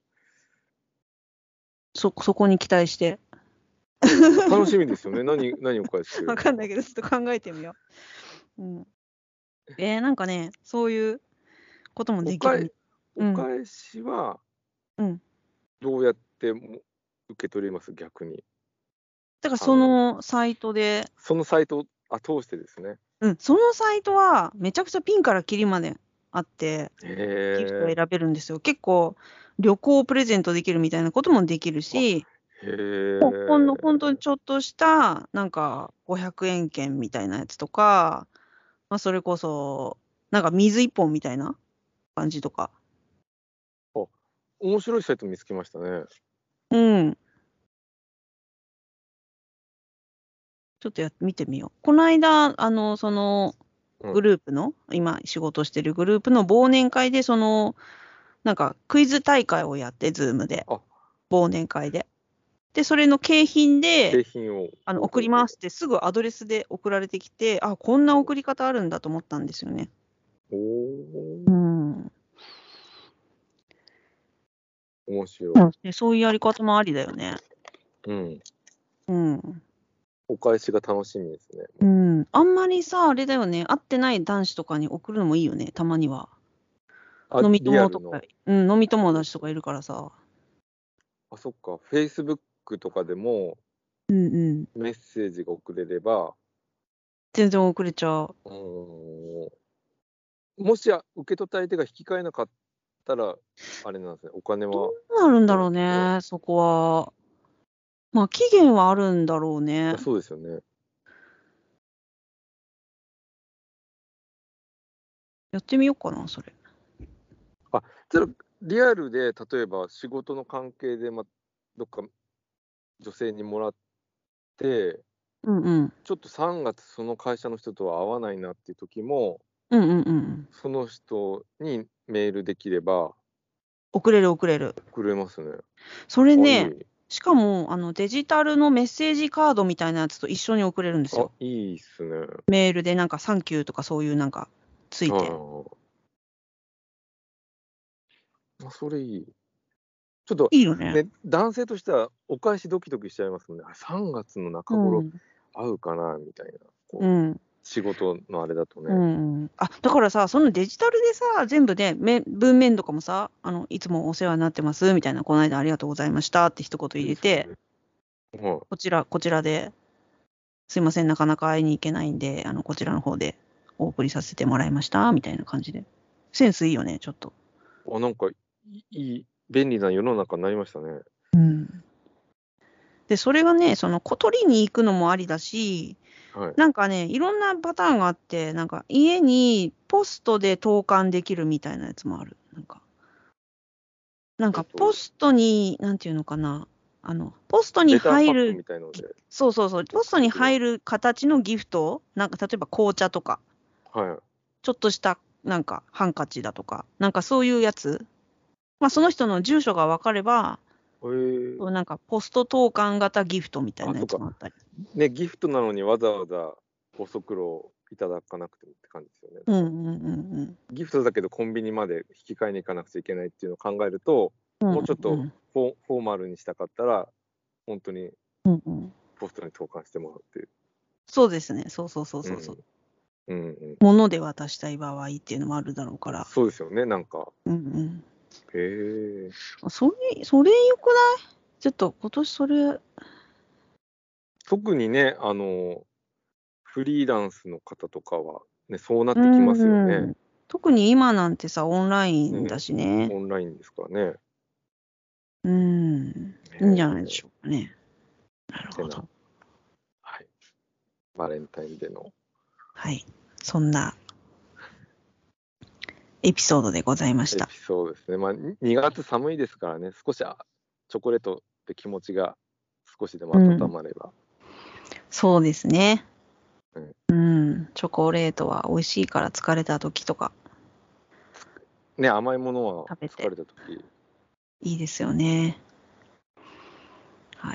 そ、そこに期待して。 楽しみですよね。何、何を返してくれるわのか。 かんないけど、ちょっと考えてみよう。うん。えー、なんかね、そういうこともおかえ、 できるみうん。 お返しはうん。 どうやっても受け取れます逆に。 だからそあの、 のサイトで、 そのサイトをあ通してですね。 うん、そのサイトはめちゃくちゃピンからキリまであって、ギフトをへ選べるんですよ。結構旅行をプレゼントできるみたいなこともできるー。あ、 し、 へもうほんの本当にー。 ちょっとしたなんかごひゃくえん券みたいなやつとか、まあ、それこそなんか水一本みたいな感じとか。 あ、面白いサイト見つけましたね。 うん。ちょっとやって見てみよう。この間、あの、そのグうん。 ループの、今仕事してるグループの忘年会で、その、なんかクイズ大会をやって、ズームで、 あ、 忘年会で。で、それの景品で、 景品を。 あの、 ほうほうほ送りますってすぐアドレスで送られてきて、あ、こんな送り方あるんだと思ったんですよね。 う。おうー、 ん。 面白い。 うんで、そういうやり方もありだよね。 うん。 うん。 お返しが楽しみですね。 うん。あんまりさ、あれだよね。会ってない男子とかに送るのもいいよね。たまには。 あ、 飲み友とか、 リアルの。 うん、飲み友達とかいるからさ。 あ、そっか。Facebook とかでもうんうん。 メッセージが送れれば、 全然遅れちゃう。 うーん、もしや受け取った相手が引き換えなかったら、あれなんですね。お金どはうなるんだろうどうなってるんだろね、そこは。まあ、期限はあるんだろうう。 ね。 あ、そうですよね。 やってみようかな、それ。 あ、じゃあリアルで例えば仕事の関係で、ま、どっか女性にもらって、 うんうん。 ちょっとさんがつその会社の人とは会わないなっていう時も、 うんうんうんうん。 その人にメールできれば送れる送れる。 送れますね。 それあ、いね、 い。 しかも、あの、デジタルのメッセージカードみたいなやつと一緒に送れるんですあ、 よ。 いいっすね。 メールでなんか、サンキューとかそういうなんか、ついて。 ああ、あ、それいい。ちょっといいよね。 ね、男性としてはお返しドキドキしちゃいますもんね。あ、さんがつの中頃うん。 会うかなみたいな。こう、 うん。 仕事のあれだとね。 うんうん。あ、だからさ、そのデジタルでさ、全部ね、め文面とかもさ、あの、いつもお世話になってます、みたいな、この間ありがとうございましたって一言入れて、 いいですよね。はい。 こちら、こちらで、すいません、なかなか会いに行けないんで、あの、こちらの方でお送りさせてもらいました、みたいな感じで。センスいいよね、ちょっと。 あ、なんか、いいい、便利な世の中になりましたね。 うん。で、それがね、その小鳥に行くのもありだし、 はい。 なんかね、いろんなパターンがあって、なんか家にポストで投函できるみたいなやつもある。なんか、なんかポえっと、 ストに、なんていうのかな、あの、ポストにレターパック入る、 みたいのでそうそうそう、ポストに送ってくれる。 入る形のギフト、なんか例えば紅茶とか、 はい。 ちょっとしたなんかハンカチだとか、なんかそういうやつ、まあその人の住所が分かれば、 えー、 そうなんかポスト投函型ギフトみたいあ、 なそっか。 やつもあったり。 ね、ギフトなのにわざわざご足労いただかなくてもって感じですよね。だから、 うんうんうんギフトだけどコンビニまで引き換えに行かなくちゃいけないっていうのを考えると、 うん。うんもうちょっとうんフォフォーマルにしたかったら、本当にうんうん。 ポストに投函してもらうっていう。 そうですね。そうそうそううん。 そうそう。 うんうん。 物で渡したい場合っていうのもあるだろうから。 そうですよね、なんか。 うんうん。 へえ。 それ、それよくないちょっと今年それ、 特にね、あの、フリーランスの方とかは、ね、そうなっうてきますよね。 ん。特に今なんてさ、オンラインだね、 しね。 オンラインですからね。 うん。いいんじゃないでしへえ。 ょうかね。なるてな、 ほど。 はい。バレンタインデーの。 はい。そんなエピソードでございましエた。 ピソードですね。まあ、ににがつ寒いですからね、少しあチョコレートって気持ちが少しでも温まれば。 そうですね。 うんうん。チョコレートは美味しいから疲れた時とかね、甘いものは食べて疲れたとき、 いいですよね。はい。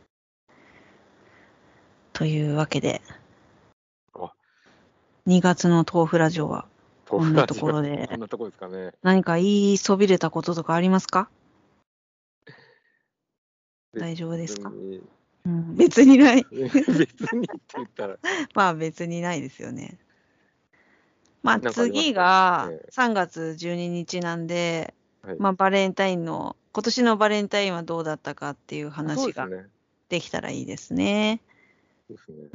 というわけで、 あ、 にがつの豆腐ラジオはこんなと豆腐ラジオころでこんなところですかね。 何か言いそびれたこととかありますか？大丈夫ですか？ 別に、 うん、別にない。 別にって言ったら、 まあ別にないですよね。まあなんかあります次か？ がええさんがつじゅうににちなんで、 はい。 まあバレンタインの、今年のバレンタインはどうだったかっていうあ、そう話がですね。 できたらいいですね。 そうですね。 うん。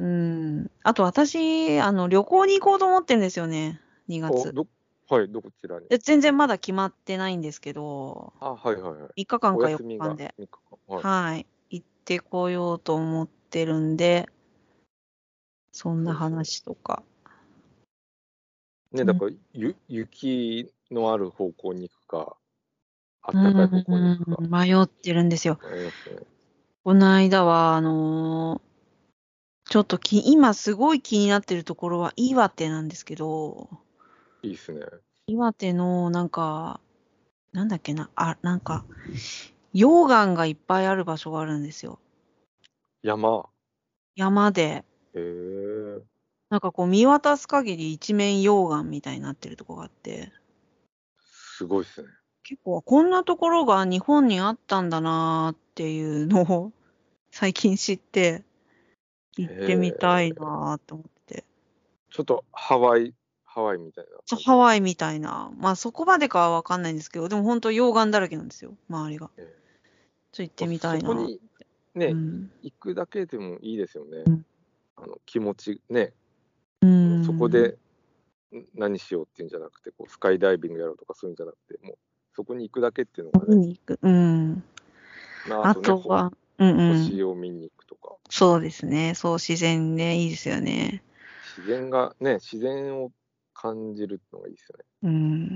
あと私、あの、旅行に行こうと思ってるんですよね。2 お、 月。 ど、はい、どこちらに。 で全然まだ決まってないんですけど、 あ、はいはいはい。 みっかかんおか4 休みが日間で、 みっかかん。はい。 はい、行ってこようと思ってるんで、そんなそうですね。 話とか。 ね、 うんだからゆ雪のある方向に行くか、あうったかい方向に行くか、 ん、迷ってるんですよ。 ありますね。 この間は、あのーちょっとき、今すごい気になってるところは岩手なんですけど、 いいっすね。 岩手のなんか、なんだっけな、あ、なんか、溶岩がいっぱいある場所があるんですよ。 山。 山で、 へえ。 なんかこう見渡す限り一面溶岩みたいになってるとこがあって、 すごいっすね。 結構こんなところが日本にあったんだなーっていうのを最近知って行ってみたいへえ。 なーと思ってて。 ちょっとハワイ、ハワイみたいなそう感じなんですか？ ハワイみたいな。まあそこまでかはわかんないんですけど、でも本当溶岩だらけなんですよ、周りが。 ええちょっと行ってまあみたいな。 そこにね、 うん。 行くだけでもいいですよね。 うん。 あの気持ちね、 うあのそこん。 でん何しようっていうんじゃなくて、こうスカイダイビングやろうとかそういうんじゃなくて、もうそこに行くだけっていうのがね、 見に行く。うん。 まあ、ああとね、ほとは、うんうん。 星を見に行くとか、 そうですね。そう自然ね、いいですよね。 自然がね、自然を感じるのがいいですよね。 うん。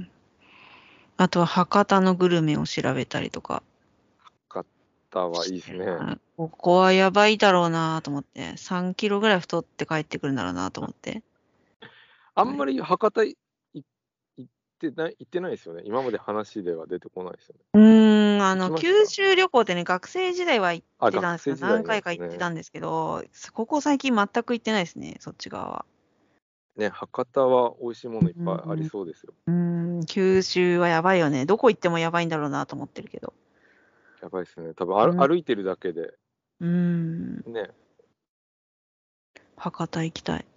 あとは博多のグルメを調べたりとか方はいいですしてるね。 な。ここはやばいだろうなと思って、さんキロぐらい太って帰ってくるんだろうなと思って。はい。 あんまり博多いい行ってない行ってないですよね。今まで話では出てこないですよね。 うーん、あの、 行きました？ 九州旅行ってね、学生時代は行っあ、 てたんですよ。 学生時代何回なんですね。 か行ってたんですけど、ここ最近全く行ってないですね、そっち側は。 ね、博多は美味しいもうのいっぱいありん、 そうですよ。 うーん、九州はやばいよね。どこ行ってもやばいんだろうなと思ってるけど。 やばいですね。多分あるうん、 歩いてるだけで、 うーん、 ね、 博多行きたい。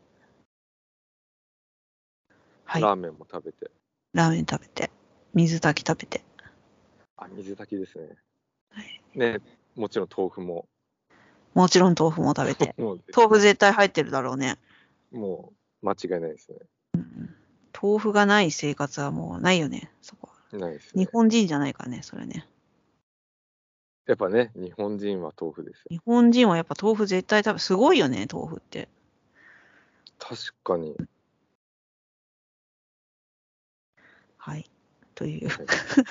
はい。 ラーメンも食べて、 ラーメン食べて、水炊き食べて。 あ、水炊きですね。 はい。 ね、もちろん豆腐も、 もちろん豆腐も食べて。 もう絶豆腐対、 絶対入ってるだろうね。 もう間違いないですね。 豆腐がない生活はもうないよね、そこは。 ないですね。 日本人じゃないからね、それね。 やっぱね、日本人は豆腐ですよ。 日本人はやっぱ豆腐絶対食べ、すごいよね、豆腐って。 確かに。 はい。という。 はい。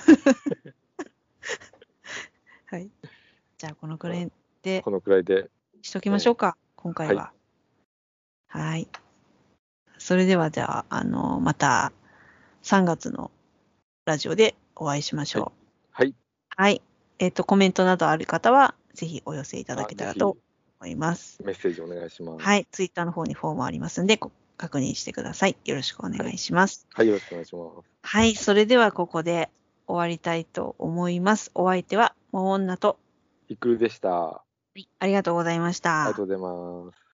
はい。じゃあ、このくまあ、 らいでこのくらいで、 しときましょね、 うか、今回はい。 は。はい。それでは、じゃあ、あの、またさんがつのラジオでお会いしましはい。 ょう。 はい。 はい。えっと、コメントなどある方は、ぜひお寄せいただあ、 けたらとぜひ思います。 メッセージお願いします。 はい。ツイッターの方にフォームありますんで、ご確認してください。よろしくお願はい。 いします。 はい、よろしくお願いします。 はい。それでは、ここで終わりたいと思います。お相手は、もう女と、 いくるでした。あはい、ありがとうございました。 りがとうございます。